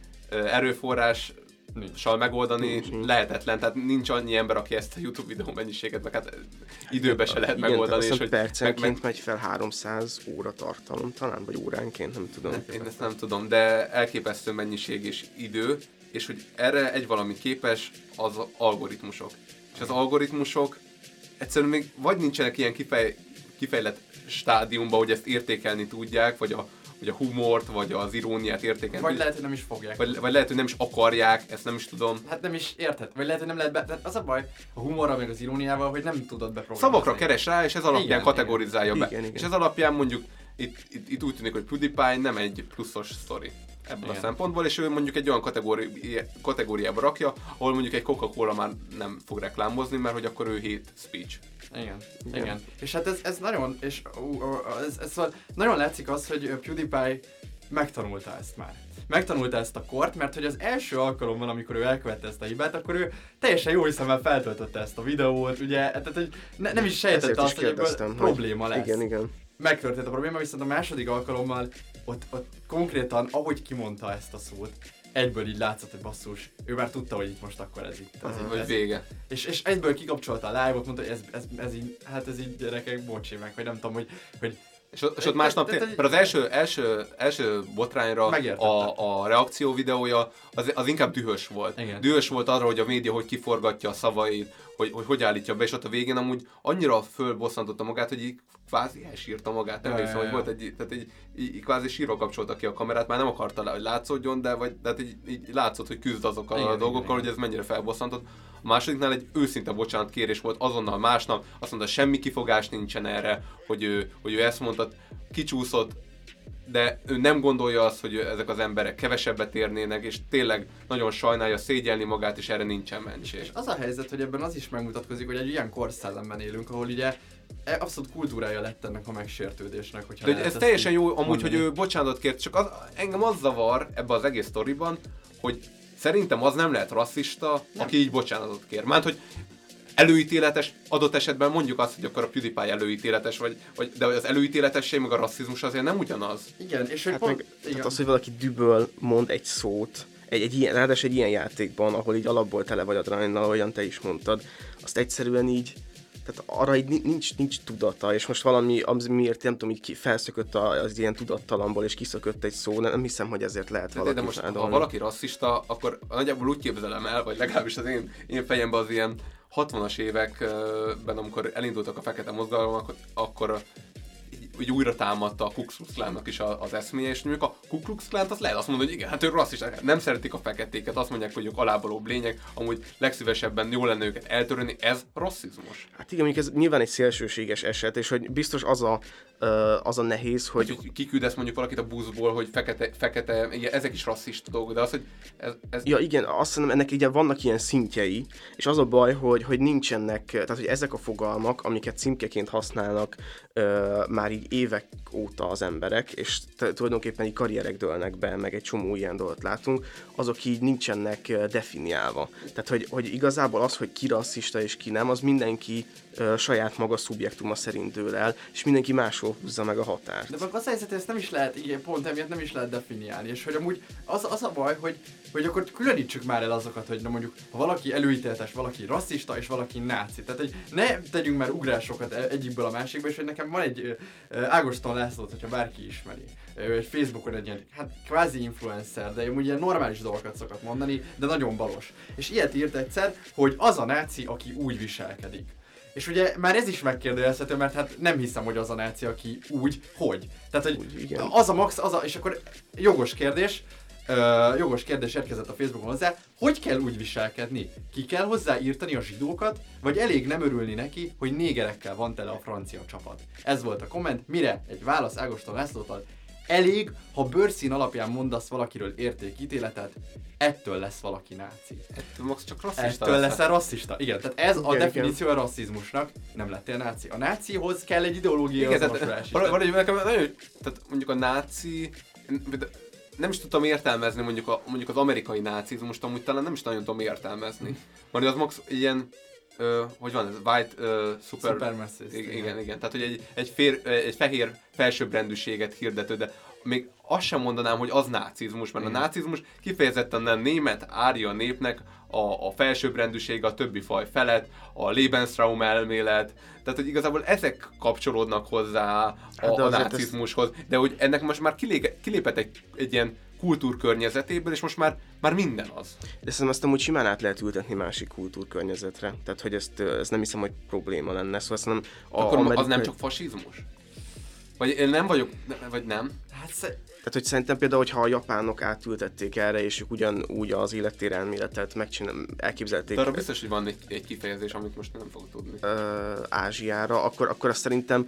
erőforrással megoldani nincs, lehetetlen, tehát nincs annyi ember, aki ezt a YouTube videó mennyiséget, meg hát időbe se lehet igen, megoldani. Igen, és percenként meg, meg... megy fel háromszáz óra tartalom talán, vagy óránként, nem tudom. Nem, én ezt nem tudom, de elképesztő mennyiség és idő, és hogy erre egy valami képes az algoritmusok. És az algoritmusok egyszerűen még vagy nincsenek ilyen kifej, kifejlett stádiumban, hogy ezt értékelni tudják, vagy a vagy a humort, vagy az iróniát értékelni. Vagy lehet, hogy nem is fogják. Vagy, vagy lehet, hogy nem is akarják, ezt nem is tudom. Hát nem is érted. Vagy lehet, hogy nem lehet be... Tehát az a baj a humorral, meg az iróniával, hogy nem tudod beprogramozni. Szavakra keres rá, és ez alapján igen, kategorizálja igen. be. Igen, igen. És ez alapján mondjuk itt, itt, itt úgy tűnik, hogy PewDiePie nem egy pluszos sztori ebből igen. a szempontból, és ő mondjuk egy olyan kategóri, kategóriába rakja, ahol mondjuk egy Coca-Cola már nem fog reklámozni, mert hogy akkor ő hate speech. Igen, igen, igen. És hát ez, ez nagyon, és uh, ez, ez szóval nagyon látszik az, hogy PewDiePie megtanulta ezt már. Megtanulta ezt a kort, mert hogy az első alkalommal, amikor ő elkövette ezt a hibát, akkor ő teljesen jó hiszemmel feltöltötte ezt a videót, ugye, tehát hogy ne, nem is sejtette azt, hogy ebből probléma lesz. Igen, igen. Megtörtént a probléma, viszont a második alkalommal ott, ott konkrétan, ahogy kimondta ezt a szót, egyből így látszott, hogy basszus, ő már tudta, hogy itt most akkor ez itt. Ez, uh-huh, ez, vége. És, és egyből kikapcsolta a live-ot, mondta, hogy ez, ez, ez így, hát ez így gyerekek, bocsi meg, vagy nem tudom, hogy, hogy és, és ott másnap, mert az első, első, első botrányra a, a reakció videója az, az inkább dühös volt. Igen. Dühös volt arra, hogy a média hogy kiforgatja a szavait, hogy, hogy hogy állítja be, és ott a végén amúgy annyira fölbosszantotta magát, hogy így kvázi elsírta magát. Nem hiszem, hogy volt egy, tehát egy, így, így kvázi sírva kapcsolta ki a kamerát, már nem akarta, hogy látszódjon, de vagy, tehát így, így látszott, hogy küzd azokkal igen, a dolgokkal, igen, hogy ez mennyire felbosszantott. A másodiknál egy őszinte bocsánatkérés volt azonnal másnap, azt mondta, semmi kifogás nincsen erre, hogy ő, hogy ő ezt mondta, kicsúszott, de ő nem gondolja azt, hogy ezek az emberek kevesebbet érnének, és tényleg nagyon sajnálja, szégyelni magát, és erre nincsen mentség. És az a helyzet, hogy ebben az is megmutatkozik, hogy egy ilyen korszellemben élünk, ahol ugye abszolút kultúrája lett ennek a megsértődésnek. Hogyha de ez teljesen jó, amúgy, mondani. Hogy ő bocsánatot kért, csak az, engem az zavar ebbe az egész sztoriban, hogy szerintem az nem lehet rasszista, nem. Aki így bocsánatot kér. Mert hogy előítéletes, adott esetben mondjuk azt, hogy akkor a PewDiePie előítéletes, vagy, vagy, de az előítéletesség meg a rasszizmus azért nem ugyanaz. Igen, és hogy hát pont, meg, igen. Tehát az, hogy valaki düböl mond egy szót, egy, egy ilyen, ráadásul egy ilyen játékban, ahol így alapból tele vagy adrenalinnal, ahogyan te is mondtad, azt egyszerűen így, tehát arra így nincs, nincs tudata, és most valami, az miért nem tudom, így ki, felszökött az ilyen tudattalamból, és kiszökött egy szó, nem hiszem, hogy ezért lehet valaki de, de most, áldolni. ha valaki rasszista, akkor nagyjából úgy képzelem el, vagy legalábbis az én, én fejemben az ilyen hatvanas években, amikor elindultak a fekete mozgalmak, akkor így, így újra támadta a Ku Klux Klannak is az eszméje, és mondjuk a Ku Klux Klant azt lehet azt mondani, hogy igen, hát ők rasszisták, nem szeretik a feketéket, azt mondják, hogy ők alábalóbb lények, amúgy legszívesebben jó lenne őket eltörölni, ez rasszizmus. Hát igen, mondjuk ez nyilván egy szélsőséges eset, és hogy biztos az a, az a nehéz, hogy... hogy kiküldesz mondjuk valakit a buszból, hogy fekete, fekete igen, ezek is rasszista dolgok, de az, hogy ez... ez... Ja igen, azt hiszem, ennek ugye vannak ilyen szintjei, és az a baj, hogy, hogy nincsenek, tehát hogy ezek a fogalmak, amiket címkeként használnak, uh, már így még évek óta az emberek, és t- tulajdonképpen így karrierek dőlnek be, meg egy csomó ilyen dolgot látunk, azok így nincsenek definiálva. Tehát, hogy, hogy igazából az, hogy ki rasszista és ki nem, az mindenki uh, saját maga szubjektuma szerint dől el, és mindenki máshol húzza meg a határt. De akkor az helyzet, ezt nem is lehet, igen, pont emiatt nem is lehet definiálni, és hogy amúgy az, az a baj, hogy, hogy akkor különítsük már el azokat, hogy na mondjuk, ha valaki előítéletes, valaki rasszista, és valaki náci. Tehát, hogy ne tegyünk már ugrásokat egyikből a másikba, és hogy nekem van egy uh, Ágoston Lászlót, hogyha bárki ismeri. Ő egy Facebookon egy ilyen, hát kvázi influencer, de úgy ilyen normális dolgokat szokott mondani, de nagyon balos. És ilyet írt egyszer, hogy az a náci, aki úgy viselkedik. És ugye már ez is megkérdőjelezhető, mert hát nem hiszem, hogy az a náci, aki úgy, hogy. Tehát, hogy úgy, igen. az a max, az a, és akkor jogos kérdés, uh, jogos kérdés érkezett a Facebookon hozzá, hogy kell úgy viselkedni? Ki kell hozzáírtani a zsidókat, vagy elég nem örülni neki, hogy négerekkel van tele a francia csapat? Ez volt a komment, mire egy válasz Ágoston Lászlótól. Elég, ha bőrszín alapján mondasz valakiről értékítéletet, ettől lesz valaki náci. Ettől max csak rasszista Ettől lesz. leszel rasszista. Igen, tehát ez Igen, a igen. definíció a rasszizmusnak, nem lettél náci. A nácihoz kell egy ideológiai Igen, azonosulás is. tehát, valahogy nekem nagyon, tehát mondjuk a náci, nem is tudtam értelmezni mondjuk, a, mondjuk az amerikai nácizmust, amúgy talán nem is nagyon tudom értelmezni. Mert az max ilyen, ö, hogy van ez, white ö, super... Supremacist, igen, igen. igen, igen, tehát hogy egy, egy, fér, egy fehér felsőbbrendűséget hirdető, de még azt sem mondanám, hogy az nácizmus, mert igen. A nácizmus kifejezetten nem német, árja népnek a, a felsőbbrendűség a többi faj felett, a Lebensraum elmélet, tehát hogy igazából ezek kapcsolódnak hozzá a, Hát a nácizmushoz, de hogy ennek most már kilé, kilépett egy, egy ilyen kultúrkörnyezetéből, és most már, már minden az. De szerintem azt amúgy simán át lehet ültetni másik kultúrkörnyezetre. Tehát, hogy ezt, ez nem hiszem, hogy probléma lenne. Szóval szerintem a Akkor amerikai... az nem csak fasizmus? Vagy én nem vagyok, vagy nem? Hát sze... Tehát, hogy szerintem például, hogyha a japánok átültették erre, és ők ugyanúgy az élettérelméletet megcsinál, elképzelték De arra biztos, hogy van egy, egy kifejezés, amit most nem fogok tudni. ö, Ázsiára, akkor, akkor azt szerintem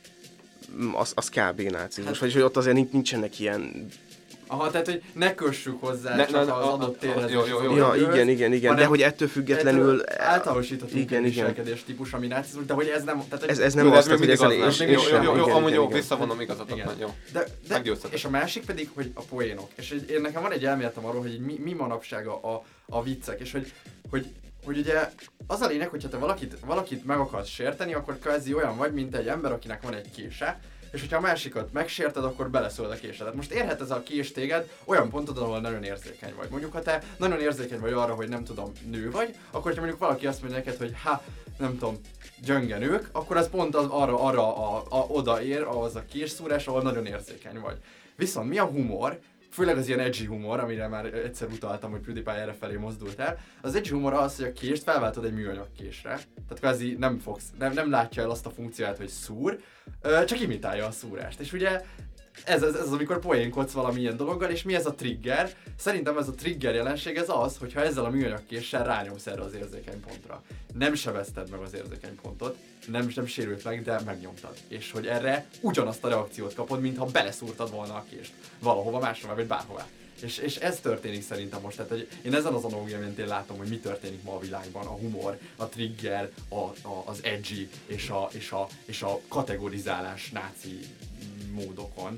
az, az kb. Nácizmus. Hát- Vagy hogy ott azért nincsenek ilyen... Aha, tehát, hogy ne kössük hozzá Ne- csak ne- az a- adott a- térhez. jó, és jó, az jó, adott Ja, térhöz, igen, igen, igen, de hanem hogy ettől függetlenül... ettől általánosíthatunk igen, egy igen. viselkedés típus, ami nácizmus, de hogy ez nem... Tehát, hogy Ez, ez nem Jó, de az, ez még tehát, hogy mindig ez az elég... nem. és- Jó, és jó, sem, jó, igen, amúgy igen, jó, igen. visszavonom igazatokat, Igen. jó. De, de, Meggyőztetek. és a másik pedig, hogy a poénok. És hogy én nekem van egy elméletem arról, hogy mi, mi manapság a, a, a viccek, és hogy, hogy, hogy ugye az a lényeg, hogyha te valakit, valakit meg akarsz sérteni, akkor kvázi olyan vagy, mint egy ember, akinek van egy kése, és hogyha a másikat megsérted, akkor beleszólod a késre. Tehát most érhet ez a kés téged olyan pontod, ahol nagyon érzékeny vagy. Mondjuk, ha te nagyon érzékeny vagy arra, hogy nem tudom, nő vagy, akkor hogyha mondjuk valaki azt mondja neked, hogy ha, nem tudom, gyönge nők, akkor az pont az arra, arra a, a, odaér, ahhoz a késszúrás, ahol nagyon érzékeny vagy. Viszont mi a humor, főleg az ilyen edgy humor, amire már egyszer utaltam, hogy PewDiePie erre felé mozdult el, az edgy humor az, hogy a kést felváltod egy műanyag késre. Tehát kvázi nem fogsz, nem, nem látja el azt a funkcióját, hogy szúr, csak imitálja a szúrást. És ugye ez, ez, ez az, amikor poénkodsz valamilyen dologgal, és mi ez a trigger? Szerintem ez a trigger jelenség ez az, hogyha ezzel a műanyag késsel rányomsz erre az érzékeny pontra. Nem sebezted meg az érzékeny pontot, nem, nem sérült meg, de megnyomtad. És hogy erre ugyanazt a reakciót kapod, mintha beleszúrtad volna a kést valahova máshová, vagy bárhová. És, és ez történik szerintem most, tehát hogy én ezen az analógia mentén látom, hogy mi történik ma a világban, a humor, a trigger, a, a, az edgy és a, és, a, és a kategorizálás náci módokon.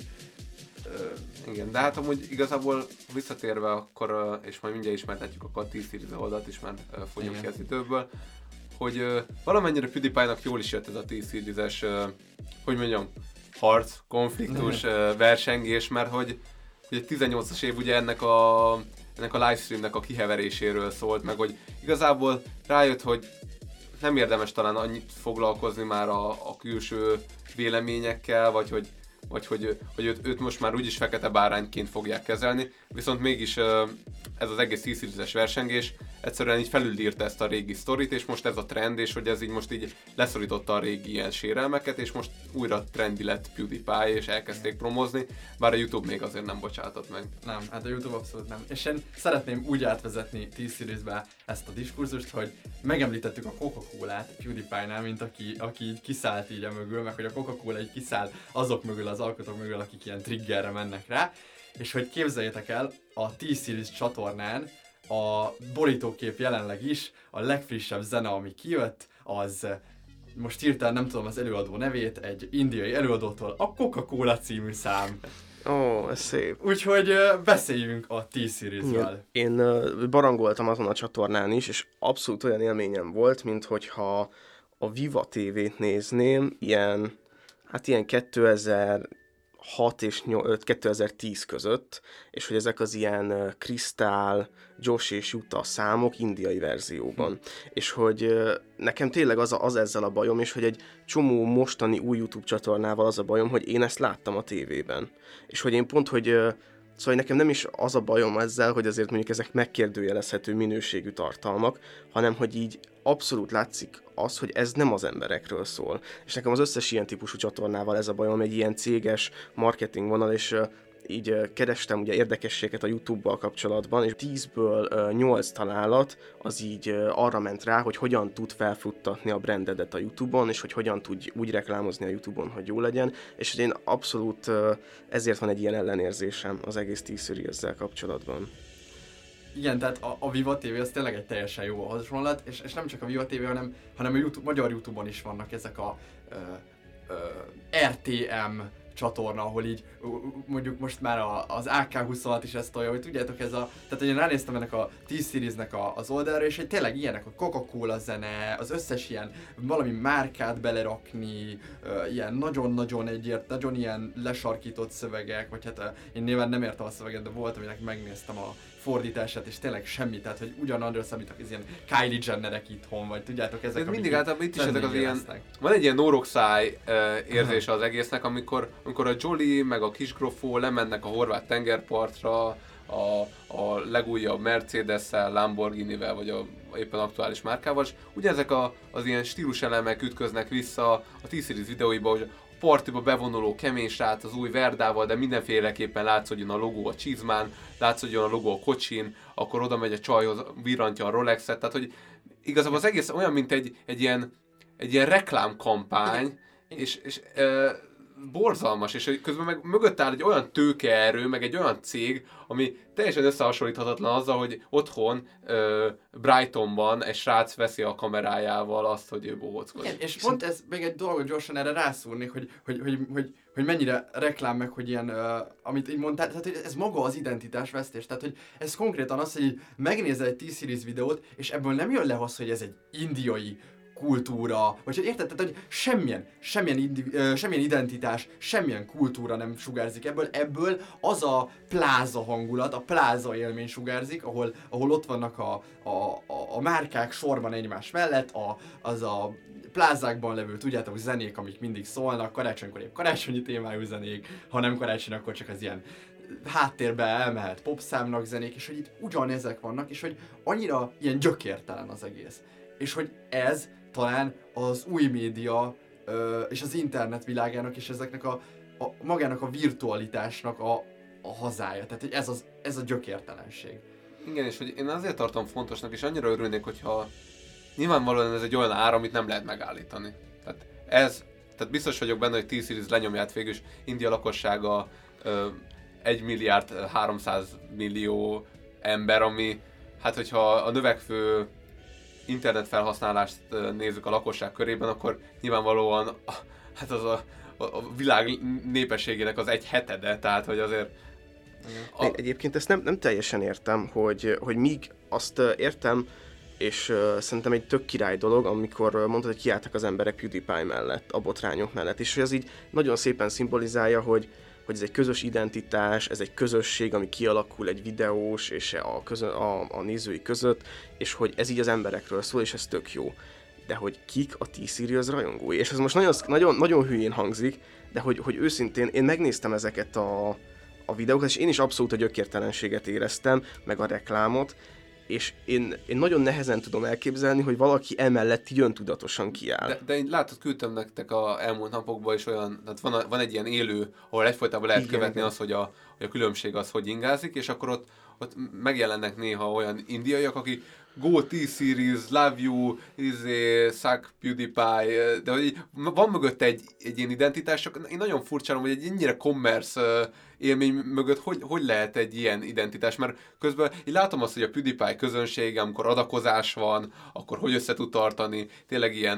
Igen, de hát amúgy igazából visszatérve akkor, és majd mindjárt ismertetjük a T-Series oldalt is, mert fogyunk ki az időből, hogy uh, valamennyire PewDiePie-nak jól is jött ez a T-Series-es, uh, hogy mondjam, harc, konfliktus, uh, versengés, mert hogy, hogy a tizennyolcas év ugye ennek a, ennek a livestreamnek a kiheveréséről szólt, meg hogy igazából rájött, hogy nem érdemes talán annyit foglalkozni már a, a külső véleményekkel, vagy hogy vagy hogy, hogy őt, őt most már úgyis fekete bárányként fogják kezelni, viszont mégis ez az egész T-Series-es versengés egyszerűen így felülírta ezt a régi sztorit, és most ez a trend, és hogy ez így most így leszorította a régi ilyen sérelmeket, és most újra trendi lett PewDiePie, és elkezdték promozni, bár a YouTube még azért nem bocsátott meg. Nem, hát a YouTube abszolút nem. És én szeretném úgy átvezetni T-Series-be ezt a diskurzust, hogy megemlítettük a Coca-Colát PewDiePie-nál, mint aki, aki így kiszállt így a mögül, meg hogy a Coca-Cola így kiszáll azok mögül, az alkotók mögül, akik ilyen triggerre mennek rá, és hogy képzeljétek el, a T-Series csatornán a borítókép jelenleg is, a legfrissebb zene, ami kijött, az most hirtelen nem tudom az előadó nevét, egy indiai előadótól, a Coca-Cola című szám. Ó, oh, ez szép. Úgyhogy uh, beszéljünk a T-Series-ről. Én uh, barangoltam azon a csatornán is, és abszolút olyan élményem volt, mint hogyha a Viva té vét nézném, ilyen, hát ilyen kétezer-hat és kétezer-tíz között, és hogy ezek az ilyen uh, Crystal, Josh és Utah számok indiai verzióban. Hm. És hogy uh, nekem tényleg az, a, az ezzel a bajom, és hogy egy csomó mostani új YouTube csatornával az a bajom, hogy én ezt láttam a tévében. És hogy én pont, hogy uh, szóval nekem nem is az a bajom ezzel, hogy azért mondjuk ezek megkérdőjelezhető minőségű tartalmak, hanem hogy így abszolút látszik az, hogy ez nem az emberekről szól. És nekem az összes ilyen típusú csatornával ez a bajom, egy ilyen céges marketing vonal, és uh, így uh, kerestem ugye érdekességet a YouTube-bal kapcsolatban, és tízből uh, nyolc találat az így uh, arra ment rá, hogy hogyan tud felfuttatni a brandedet a YouTube-on, és hogy hogyan tud úgy reklámozni a YouTube-on, hogy jó legyen, és hogy én abszolút uh, ezért van egy ilyen ellenérzésem az egész T-Series-zel kapcsolatban. Igen, tehát a, a Viva té vé az tényleg egy teljesen jó hasonlat, és, és nem csak a Viva té vé, hanem, hanem a YouTube, magyar YouTube-on is vannak ezek a ö, ö, er té em csatorna, ahol így mondjuk most már a, az á ká huszonhat is ezt tolja, hogy tudjátok ez a, tehát én ránéztem ennek a T-Series-nek a, az oldalra, és hogy tényleg ilyenek a Coca-Cola zene, az összes ilyen valami márkát belerakni, uh, ilyen nagyon-nagyon egyért, nagyon ilyen lesarkított szövegek, vagy hát uh, én nyilván nem értem a szöveget, de volt, aminek megnéztem a fordítását, és tényleg semmi, tehát hogy ugyanarra számítok, ez ilyen Kylie Jennerek itthon, vagy tudjátok ezek, de mindig általában itt is ezek az ilyen, lesznek. van egy ilyen nórokszáj uh, érzése az egésznek, amikor, amikor a Jolly meg a Kisgrofó lemennek a horvát tengerpartra, a, a legújabb Mercedes-szel, Lamborghinivel, vagy a éppen aktuális márkával, és ugyanezek a, az ilyen stíluselemek ütköznek vissza a T-Series videóiba, hogy partiba bevonuló kemény srác az új Verdával, de mindenféleképpen látszódjon a logó a csizmán, látszódjon a logó a kocsin, akkor oda megy a csajhoz, virrantja a Rolexet, tehát hogy igazából az egész olyan, mint egy, egy ilyen, egy ilyen reklámkampány, és, és e, borzalmas, és közben meg mögött áll egy olyan tőkeerő, meg egy olyan cég, ami teljesen összehasonlíthatatlan azzal, hogy otthon ö, Brightonban egy srác veszi a kamerájával azt, hogy ő bohóckodik. Igen, és pont ez még egy dolgot gyorsan erre rászúrni, hogy, hogy, hogy, hogy, hogy mennyire reklám meg, hogy ilyen, uh, amit így mondtál, tehát hogy ez maga az identitásvesztés, tehát hogy ez konkrétan az, hogy megnézel egy T-Series videót, és ebből nem jön le az, hogy ez egy indiai kultúra, vagy hogy érted, tehát, hogy semmilyen, semmilyen, indi, uh, semmilyen identitás, semmilyen kultúra nem sugárzik ebből, ebből az a pláza hangulat, a pláza élmény sugárzik, ahol, ahol ott vannak a, a, a, a márkák sorban egymás mellett, a, az a plázákban levő, tudjátok, zenék, amik mindig szólnak, karácsonykor épp karácsonyi témájú zenék, ha nem karácsony, akkor csak az ilyen háttérbe elmehet popszámnak zenék, és hogy itt ugyanezek vannak, és hogy annyira ilyen gyökértelen az egész. És hogy ez talán az új média ö, és az internet világának és ezeknek a, a magának a virtualitásnak a, a hazája. Tehát hogy ez, az, ez a gyökértelenség. Igen, és hogy én azért tartom fontosnak, és annyira örülnék, hogyha nyilvánvalóan ez egy olyan ár, amit nem lehet megállítani. Tehát ez, tehát biztos vagyok benne, hogy T-Series lenyomját végül is India lakossága ö, egy milliárd háromszáz millió ember, ami, hát hogyha a növekvő internet felhasználást nézzük a lakosság körében, akkor nyilvánvalóan a, hát az a, a világ népességének az egy hetede, tehát hogy azért... A... Egyébként ezt nem, nem teljesen értem, hogy, hogy míg azt értem, és uh, szerintem egy tök király dolog, amikor uh, mondtad, hogy kiálltak az emberek PewDiePie mellett, a botrányok mellett, és hogy ez így nagyon szépen szimbolizálja, hogy hogy ez egy közös identitás, ez egy közösség, ami kialakul egy videós és a, közö, a, a nézői között, és hogy ez így az emberekről szól, és ez tök jó. De hogy kik a T-Series rajongói? És ez most nagyon, nagyon, nagyon hülyén hangzik, de hogy, hogy őszintén én megnéztem ezeket a, a videókat, és én is abszolút a gyökértelenséget éreztem, meg a reklámot, és én, én nagyon nehezen tudom elképzelni, hogy valaki emellett így öntudatosan kiáll. De, de én látod, küldtem nektek a elmúlt napokban is olyan, tehát van, a, van egy ilyen élő, ahol egyfolytában lehet igen, követni igen. azt, hogy a, hogy a különbség az hogy ingázik, és akkor ott, ott megjelennek néha olyan indiaiak, akik Go T-Series, Love You, izé, Suck PewDiePie, de hogy van mögött egy, egy ilyen identitás, csak én nagyon furcsálom, hogy egy ennyire commerce élmény mögött hogy, hogy lehet egy ilyen identitás, mert közben én látom azt, hogy a PewDiePie közönsége, amikor adakozás van, akkor hogy össze tud tartani, tényleg ilyen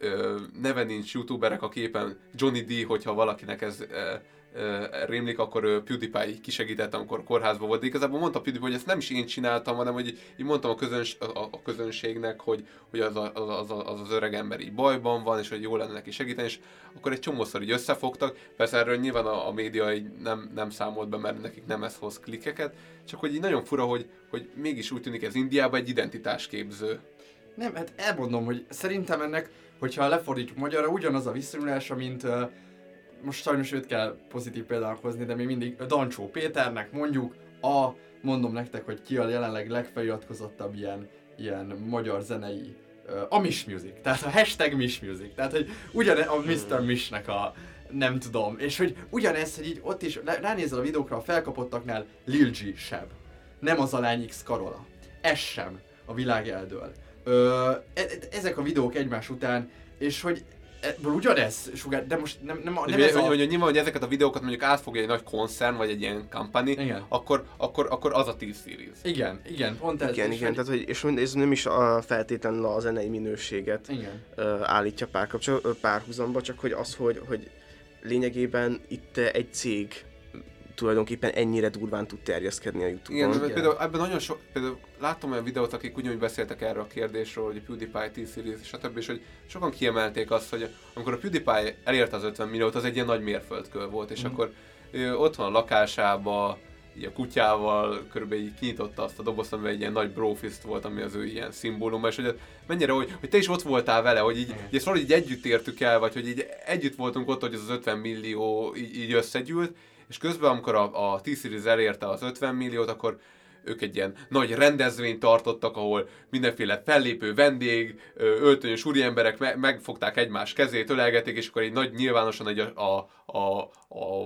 ö, neve nincs youtuberek, aki éppen Johnny D, hogyha valakinek ez ö, ö, rémlik, akkor ö, PewDiePie így kisegített, amikor kórházban volt. De igazából mondta PewDiePie, hogy ezt nem is én csináltam, hanem hogy így mondtam a, közöns, a, a közönségnek, hogy, hogy az, a, az, az, az az öreg ember így bajban van, és hogy jó lenne neki segíteni, és akkor egy csomószor így összefogtak. Persze erről nyilván a, a média így nem, nem számolt be, mert nekik nem ez hoz klikkeket, csak hogy így nagyon fura, hogy, hogy mégis úgy tűnik ez Indiában egy identitásképző. Nem, hát elmondom, hogy szerintem ennek, hogyha lefordítjuk magyarra, ugyanaz a viszonyulása, mint uh, most sajnos őt kell pozitív példának hozni, de még mindig Dancsó Péternek mondjuk a, mondom nektek, hogy ki a jelenleg legfeliratkozottabb ilyen, ilyen magyar zenei, uh, a Mish Music, tehát a hashtag Mish Music, tehát hogy ugyan a miszter Mishnek a nem tudom, és hogy ugyanez, hogy így ott is ránézel a videókra, a felkapottaknál Lil G Seb, nem az a lány X Karola, ez sem a világ eldől. Ö, e, ezek a videók egymás után, és hogy ebből ugyanez sugár, de most nem, nem, nem hogy, ez hogy, a... hogy nyilván, hogy ezeket a videókat mondjuk átfogja egy nagy koncern, vagy egy ilyen company, akkor, akkor, akkor az a T-Series. Igen, igen, pont ez. Igen, igen, hogy... tehát hogy, és ez nem is a, feltétlenül a zenei minőséget igen. állítja párhuzamba, csak hogy az, hogy, hogy lényegében itt egy cég tulajdonképpen ennyire durván tud terjeszkedni a YouTube-on. Igen, igen. Például ebben nagyon sok, például láttam olyan videót, akik ugyanúgy beszéltek erről a kérdésről, hogy a PewDiePie, T-Series és a többi, és hogy sokan kiemelték azt, hogy amikor a PewDiePie elérte az ötven milliót, az egy ilyen nagy mérföldkő volt, és mm. akkor ő ott van a lakásába, így a kutyával körülbelül így kinyitotta azt a dobozt, amivel egy ilyen nagy brofist volt, ami az ő ilyen szimbóluma, és hogy mennyire, hogy, hogy te is ott voltál vele, hogy így, így ezt valahogy így együtt értük el, vagy hogy így együtt voltunk ott, hogy ez az ötven millió így, így összegyűlt, és közben, amikor a, a T-Series elérte az ötven milliót, akkor ők egy ilyen nagy rendezvényt tartottak, ahol mindenféle fellépő vendég, öltönyös úriemberek me- megfogták egymás kezét, ölelgették, és akkor egy nagy nyilvánosan egy a, a, a, a,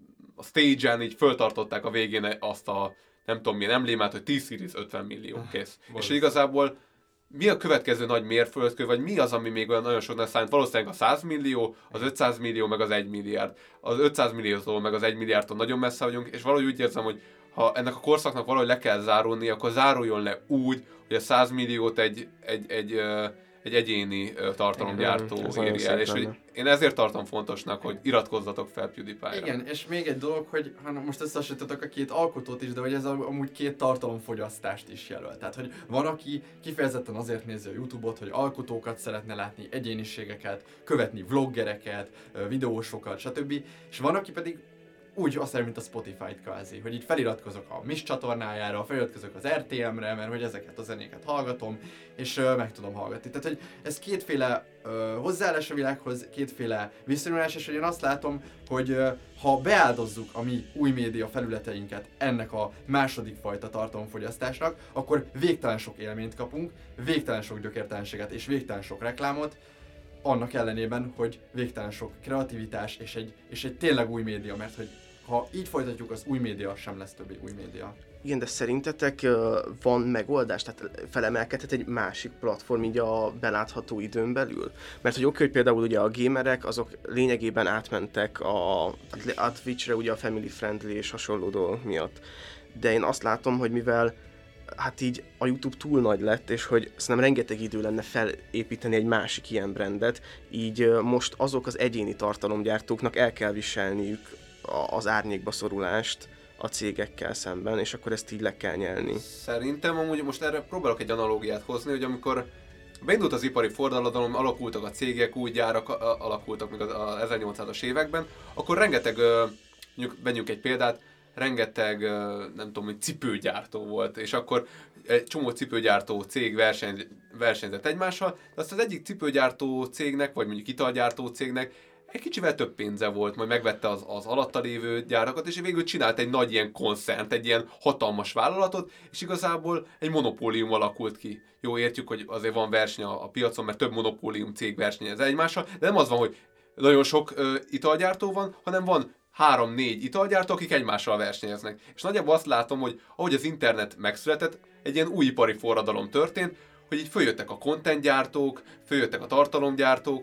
a stage-en így föltartották a végén azt a nem tudom milyen emblémát, hogy T-Series ötven millió kész. És igazából mi a következő nagy mérföldkő, vagy mi az, ami még olyan nagyon soknak számít? Valószínűleg a száz millió, az ötszáz millió, meg az egy milliárd. Az ötszáz milliótól, meg az egy milliárdtól nagyon messze vagyunk, és valahogy úgy érzem, hogy ha ennek a korszaknak valahogy le kell zárulni, akkor záruljon le úgy, hogy a száz milliót egy, egy, egy, egy egyéni tartalomgyártó éri el. És hogy én ezért tartom fontosnak, hogy iratkozzatok fel PewDiePie-ra. Igen, és még egy dolog, hogy ha most összehasonlítotok a két alkotót is, de hogy ez amúgy két tartalomfogyasztást is jelöl. Tehát, hogy van, aki kifejezetten azért nézi a YouTube-ot, hogy alkotókat szeretne látni, egyéniségeket, követni vloggereket, videósokat, stb. És van, aki pedig úgy aztán, mint a Spotify-t kvázi, hogy így feliratkozok a Mish csatornájára, feliratkozok az er té em-re, mert hogy ezeket a zenéket hallgatom, és uh, meg tudom hallgatni. Tehát, hogy ez kétféle uh, hozzáállás a világhoz, kétféle viszonyulás, és hogy én azt látom, hogy uh, ha beáldozzuk a mi új média felületeinket ennek a második fajta tartalomfogyasztásnak, akkor végtelen sok élményt kapunk, végtelen sok gyökértelenséget és végtelen sok reklámot, annak ellenében, hogy végtelen sok kreativitás és egy, és egy tényleg új média, mert hogy ha így folytatjuk, az új média sem lesz többé új média. Igen, de szerintetek uh, van megoldás? Tehát felemelkedhet egy másik platform így a belátható időn belül? Mert hogy oké, hogy például ugye a gamerek, azok lényegében átmentek a, a Twitchre, ugye a family friendly és hasonló dolgok miatt. De én azt látom, hogy mivel hát így a YouTube túl nagy lett, és hogy szerintem rengeteg idő lenne felépíteni egy másik ilyen brandet, így most azok az egyéni tartalomgyártóknak el kell viselniük az árnyékba szorulást a cégekkel szemben, és akkor ezt így le kell nyelni. Szerintem amúgy most erre próbálok egy analógiát hozni, hogy amikor beindult az ipari forradalom, alakultak a cégek, új gyárak alakultak még az ezernyolcszázas években, akkor rengeteg, mondjuk vegyünk egy példát, rengeteg, nem tudom, hogy cipőgyártó volt, és akkor egy csomó cipőgyártó cég verseny, versenyzett egymással, de azt az egyik cipőgyártó cégnek, vagy mondjuk italgyártó cégnek egy kicsivel több pénze volt, majd megvette az, az alatta lévő gyárakat, és végül csinált egy nagy ilyen koncernt, egy ilyen hatalmas vállalatot, és igazából egy monopólium alakult ki. Jó, értjük, hogy azért van verseny a, a piacon, mert több monopólium cég versenyez egymással, de nem az van, hogy nagyon sok ö, italgyártó van, hanem van három-négy italgyártó, akik egymással versenyeznek. És nagyjából azt látom, hogy ahogy az internet megszületett, egy ilyen új ipari forradalom történt, hogy így följöttek a contentgyártók, följöttek a tartalomgyártók,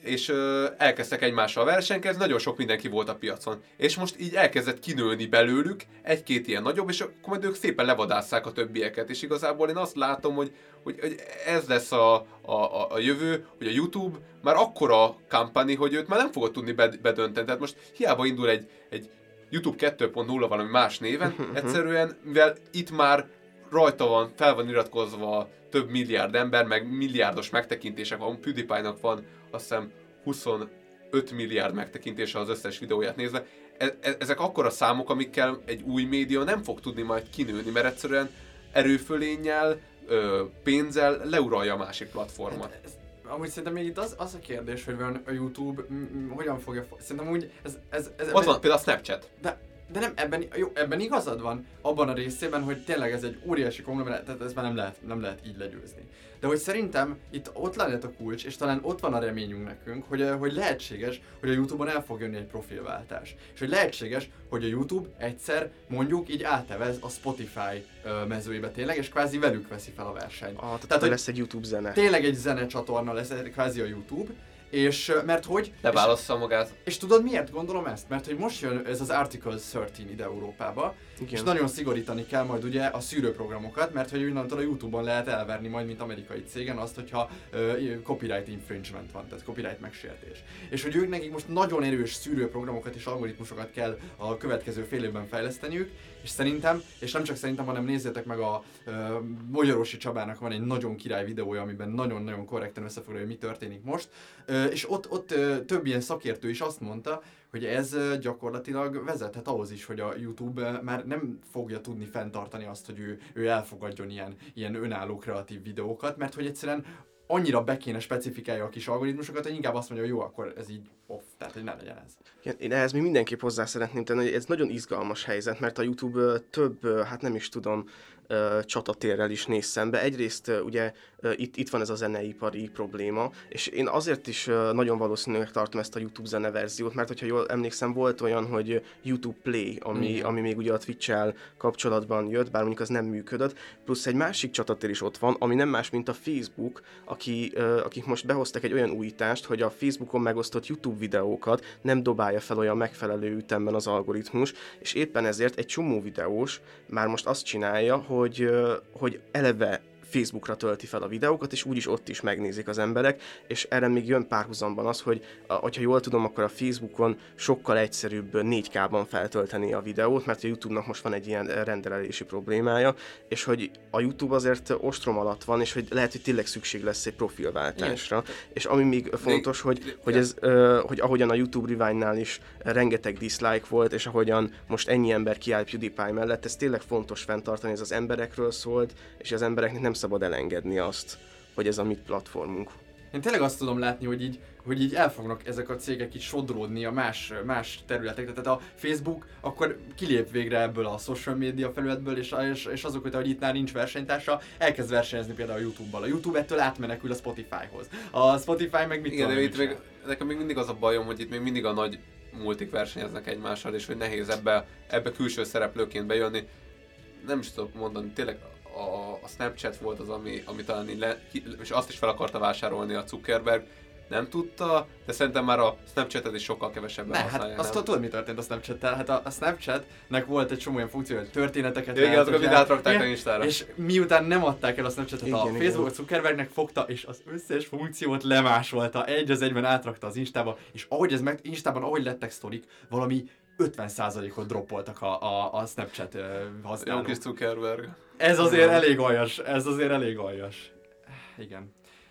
és ö, elkezdtek egymással versenkezni, nagyon sok mindenki volt a piacon. És most így elkezdett kinőni belőlük egy-két ilyen nagyobb, és akkor majd ők szépen levadásszák a többieket. És igazából én azt látom, hogy, hogy, hogy ez lesz a, a, a jövő, hogy a YouTube már akkora kampani, hogy őt már nem fogod tudni bedönteni. Tehát most hiába indul egy, egy YouTube kettő pont nulla valami más néven, egyszerűen, mivel itt már rajta van, fel van iratkozva több milliárd ember, meg milliárdos megtekintések van, PewDiePie-nak van azt hiszem huszonöt milliárd megtekintése az összes videóját nézve. E- e- ezek akkora számok, amikkel egy új média nem fog tudni majd kinőni, mert egyszerűen erőfölénnyel, ö, pénzzel leuralja a másik platformot. Ez, amúgy szerintem még itt az, az a kérdés, hogy a YouTube m- m- hogyan fogja... Szerintem úgy ez... ez, ez Ott van például a Snapchat. De, de nem, ebben, jó, ebben igazad van, abban a részében, hogy tényleg ez egy óriási konglomerát, tehát ez már nem lehet, nem lehet így legyőzni. De hogy szerintem itt ott lehet a kulcs, és talán ott van a reményünk nekünk, hogy, hogy lehetséges, hogy a YouTube-on el fog jönni egy profilváltás. És hogy lehetséges, hogy a YouTube egyszer mondjuk így átevez a Spotify mezőjébe tényleg, és kvázi velük veszi fel a versenyt. Ah, tehát, tehát hogy lesz egy YouTube zene. Tényleg egy zenecsatorna lesz kvázi a YouTube, és mert hogy... Leválassza magát. És tudod miért gondolom ezt? Mert hogy most jön ez az Article tizenhárom ide Európába, igen. És nagyon szigorítani kell majd ugye a szűrőprogramokat, mert hogy innentől a YouTube-on lehet elverni majd, mint amerikai cégen azt, hogyha uh, copyright infringement van, tehát copyright megsértés. És hogy ők nekik most nagyon erős szűrőprogramokat és algoritmusokat kell a következő fél évben fejleszteniük, és szerintem, és nem csak szerintem, hanem nézzétek meg a uh, Magyarosi Csabának van egy nagyon király videója, amiben nagyon-nagyon korrekten összefoglalja, hogy mi történik most, uh, és ott, ott uh, több ilyen szakértő is azt mondta, hogy ez gyakorlatilag vezethet ahhoz is, hogy a YouTube már nem fogja tudni fenntartani azt, hogy ő, ő elfogadjon ilyen, ilyen önálló kreatív videókat, mert hogy egyszerűen annyira be kéne specifikálja a kis algoritmusokat, hogy inkább azt mondja, hogy jó, akkor ez így off, tehát hogy ne legyen ez. Igen, én ehhez még mindenképp hozzá szeretném tenni, hogy ez nagyon izgalmas helyzet, mert a YouTube több, hát nem is tudom, csatatérrel is néz szembe. Egyrészt ugye itt, itt van ez a zeneipari probléma, és én azért is nagyon valószínűleg tartom ezt a YouTube zene verziót, mert hogyha jól emlékszem, volt olyan, hogy YouTube Play, ami, ami még ugye a Twitch-el kapcsolatban jött, bár mondjuk az nem működött, plusz egy másik csatatér is ott van, ami nem más, mint a Facebook, aki, akik most behoztak egy olyan újítást, hogy a Facebookon megosztott YouTube videókat nem dobálja fel olyan megfelelő ütemben az algoritmus, és éppen ezért egy csomó videós már most azt csinálja, hogy, hogy eleve Facebookra tölti fel a videókat, és úgyis ott is megnézik az emberek, és erre még jön párhuzamban az, hogy ha jól tudom, akkor a Facebookon sokkal egyszerűbb négy ká-ban feltölteni a videót, mert a YouTube-nak most van egy ilyen rendelési problémája, és hogy a YouTube azért ostrom alatt van, és hogy lehet, hogy tényleg szükség lesz egy profilváltásra. Igen. És ami még fontos, hogy, hogy, ez, hogy ahogyan a YouTube Rewind-nál is rengeteg dislike volt, és ahogyan most ennyi ember kiáll PewDiePie mellett, ez tényleg fontos fenntartani, ez az emberekről szólt, és az embereknek nem szabad elengedni azt, hogy ez a mi platformunk. Én tényleg azt tudom látni, hogy így, hogy így el fognak ezek a cégek így sodródni a más, más területekre. Tehát a Facebook akkor kilép végre ebből a social media felületből, és, és, és azok, hogy itt már nincs versenytársa, elkezd versenyezni például a YouTube-bal. A YouTube ettől átmenekül a Spotify-hoz. A Spotify meg mit Igen, tudom, de itt még, nekem még mindig az a bajom, hogy itt még mindig a nagy multik versenyeznek egymással, és hogy nehéz ebbe, ebbe külső szereplőként bejönni. Nem is tudok mondani, tényleg a, a Snapchat volt az, ami, ami talán így le, és azt is fel akarta vásárolni a Zuckerberg, nem tudta, de szerintem már a Snapchatet is sokkal kevesebben használja. Hát azt tudod, mi történt a Snapchattel? Hát a, a Snapchatnek volt egy csomó olyan funkció, hogy történeteket igen, azokat mind átrakták a Instára. És miután nem adták el a Snapchatet, igen, a igen. Facebook a Zuckerbergnek fogta, és az összes funkciót lemásolta, egy az egyben átrakta az Instába, és ahogy ez meg, Instában ahogy lettek sztorik, valami ötven százalékot droppoltak a, a, a Snapchat uh, használók. Jó kis Zuckerberg. Ez azért elég aljas, ez azért elég aljas. Igen.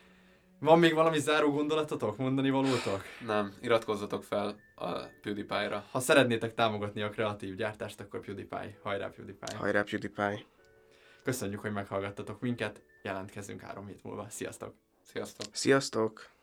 Van még valami záró gondolatotok, mondani valótok? Nem, iratkozzatok fel a PewDiePie-ra. Ha szeretnétek támogatni a kreatív gyártást, akkor PewDiePie. Hajrá PewDiePie. Hajrá PewDiePie. Köszönjük, hogy meghallgattatok minket, jelentkezünk három hét múlva. Sziasztok! Sziasztok! Sziasztok!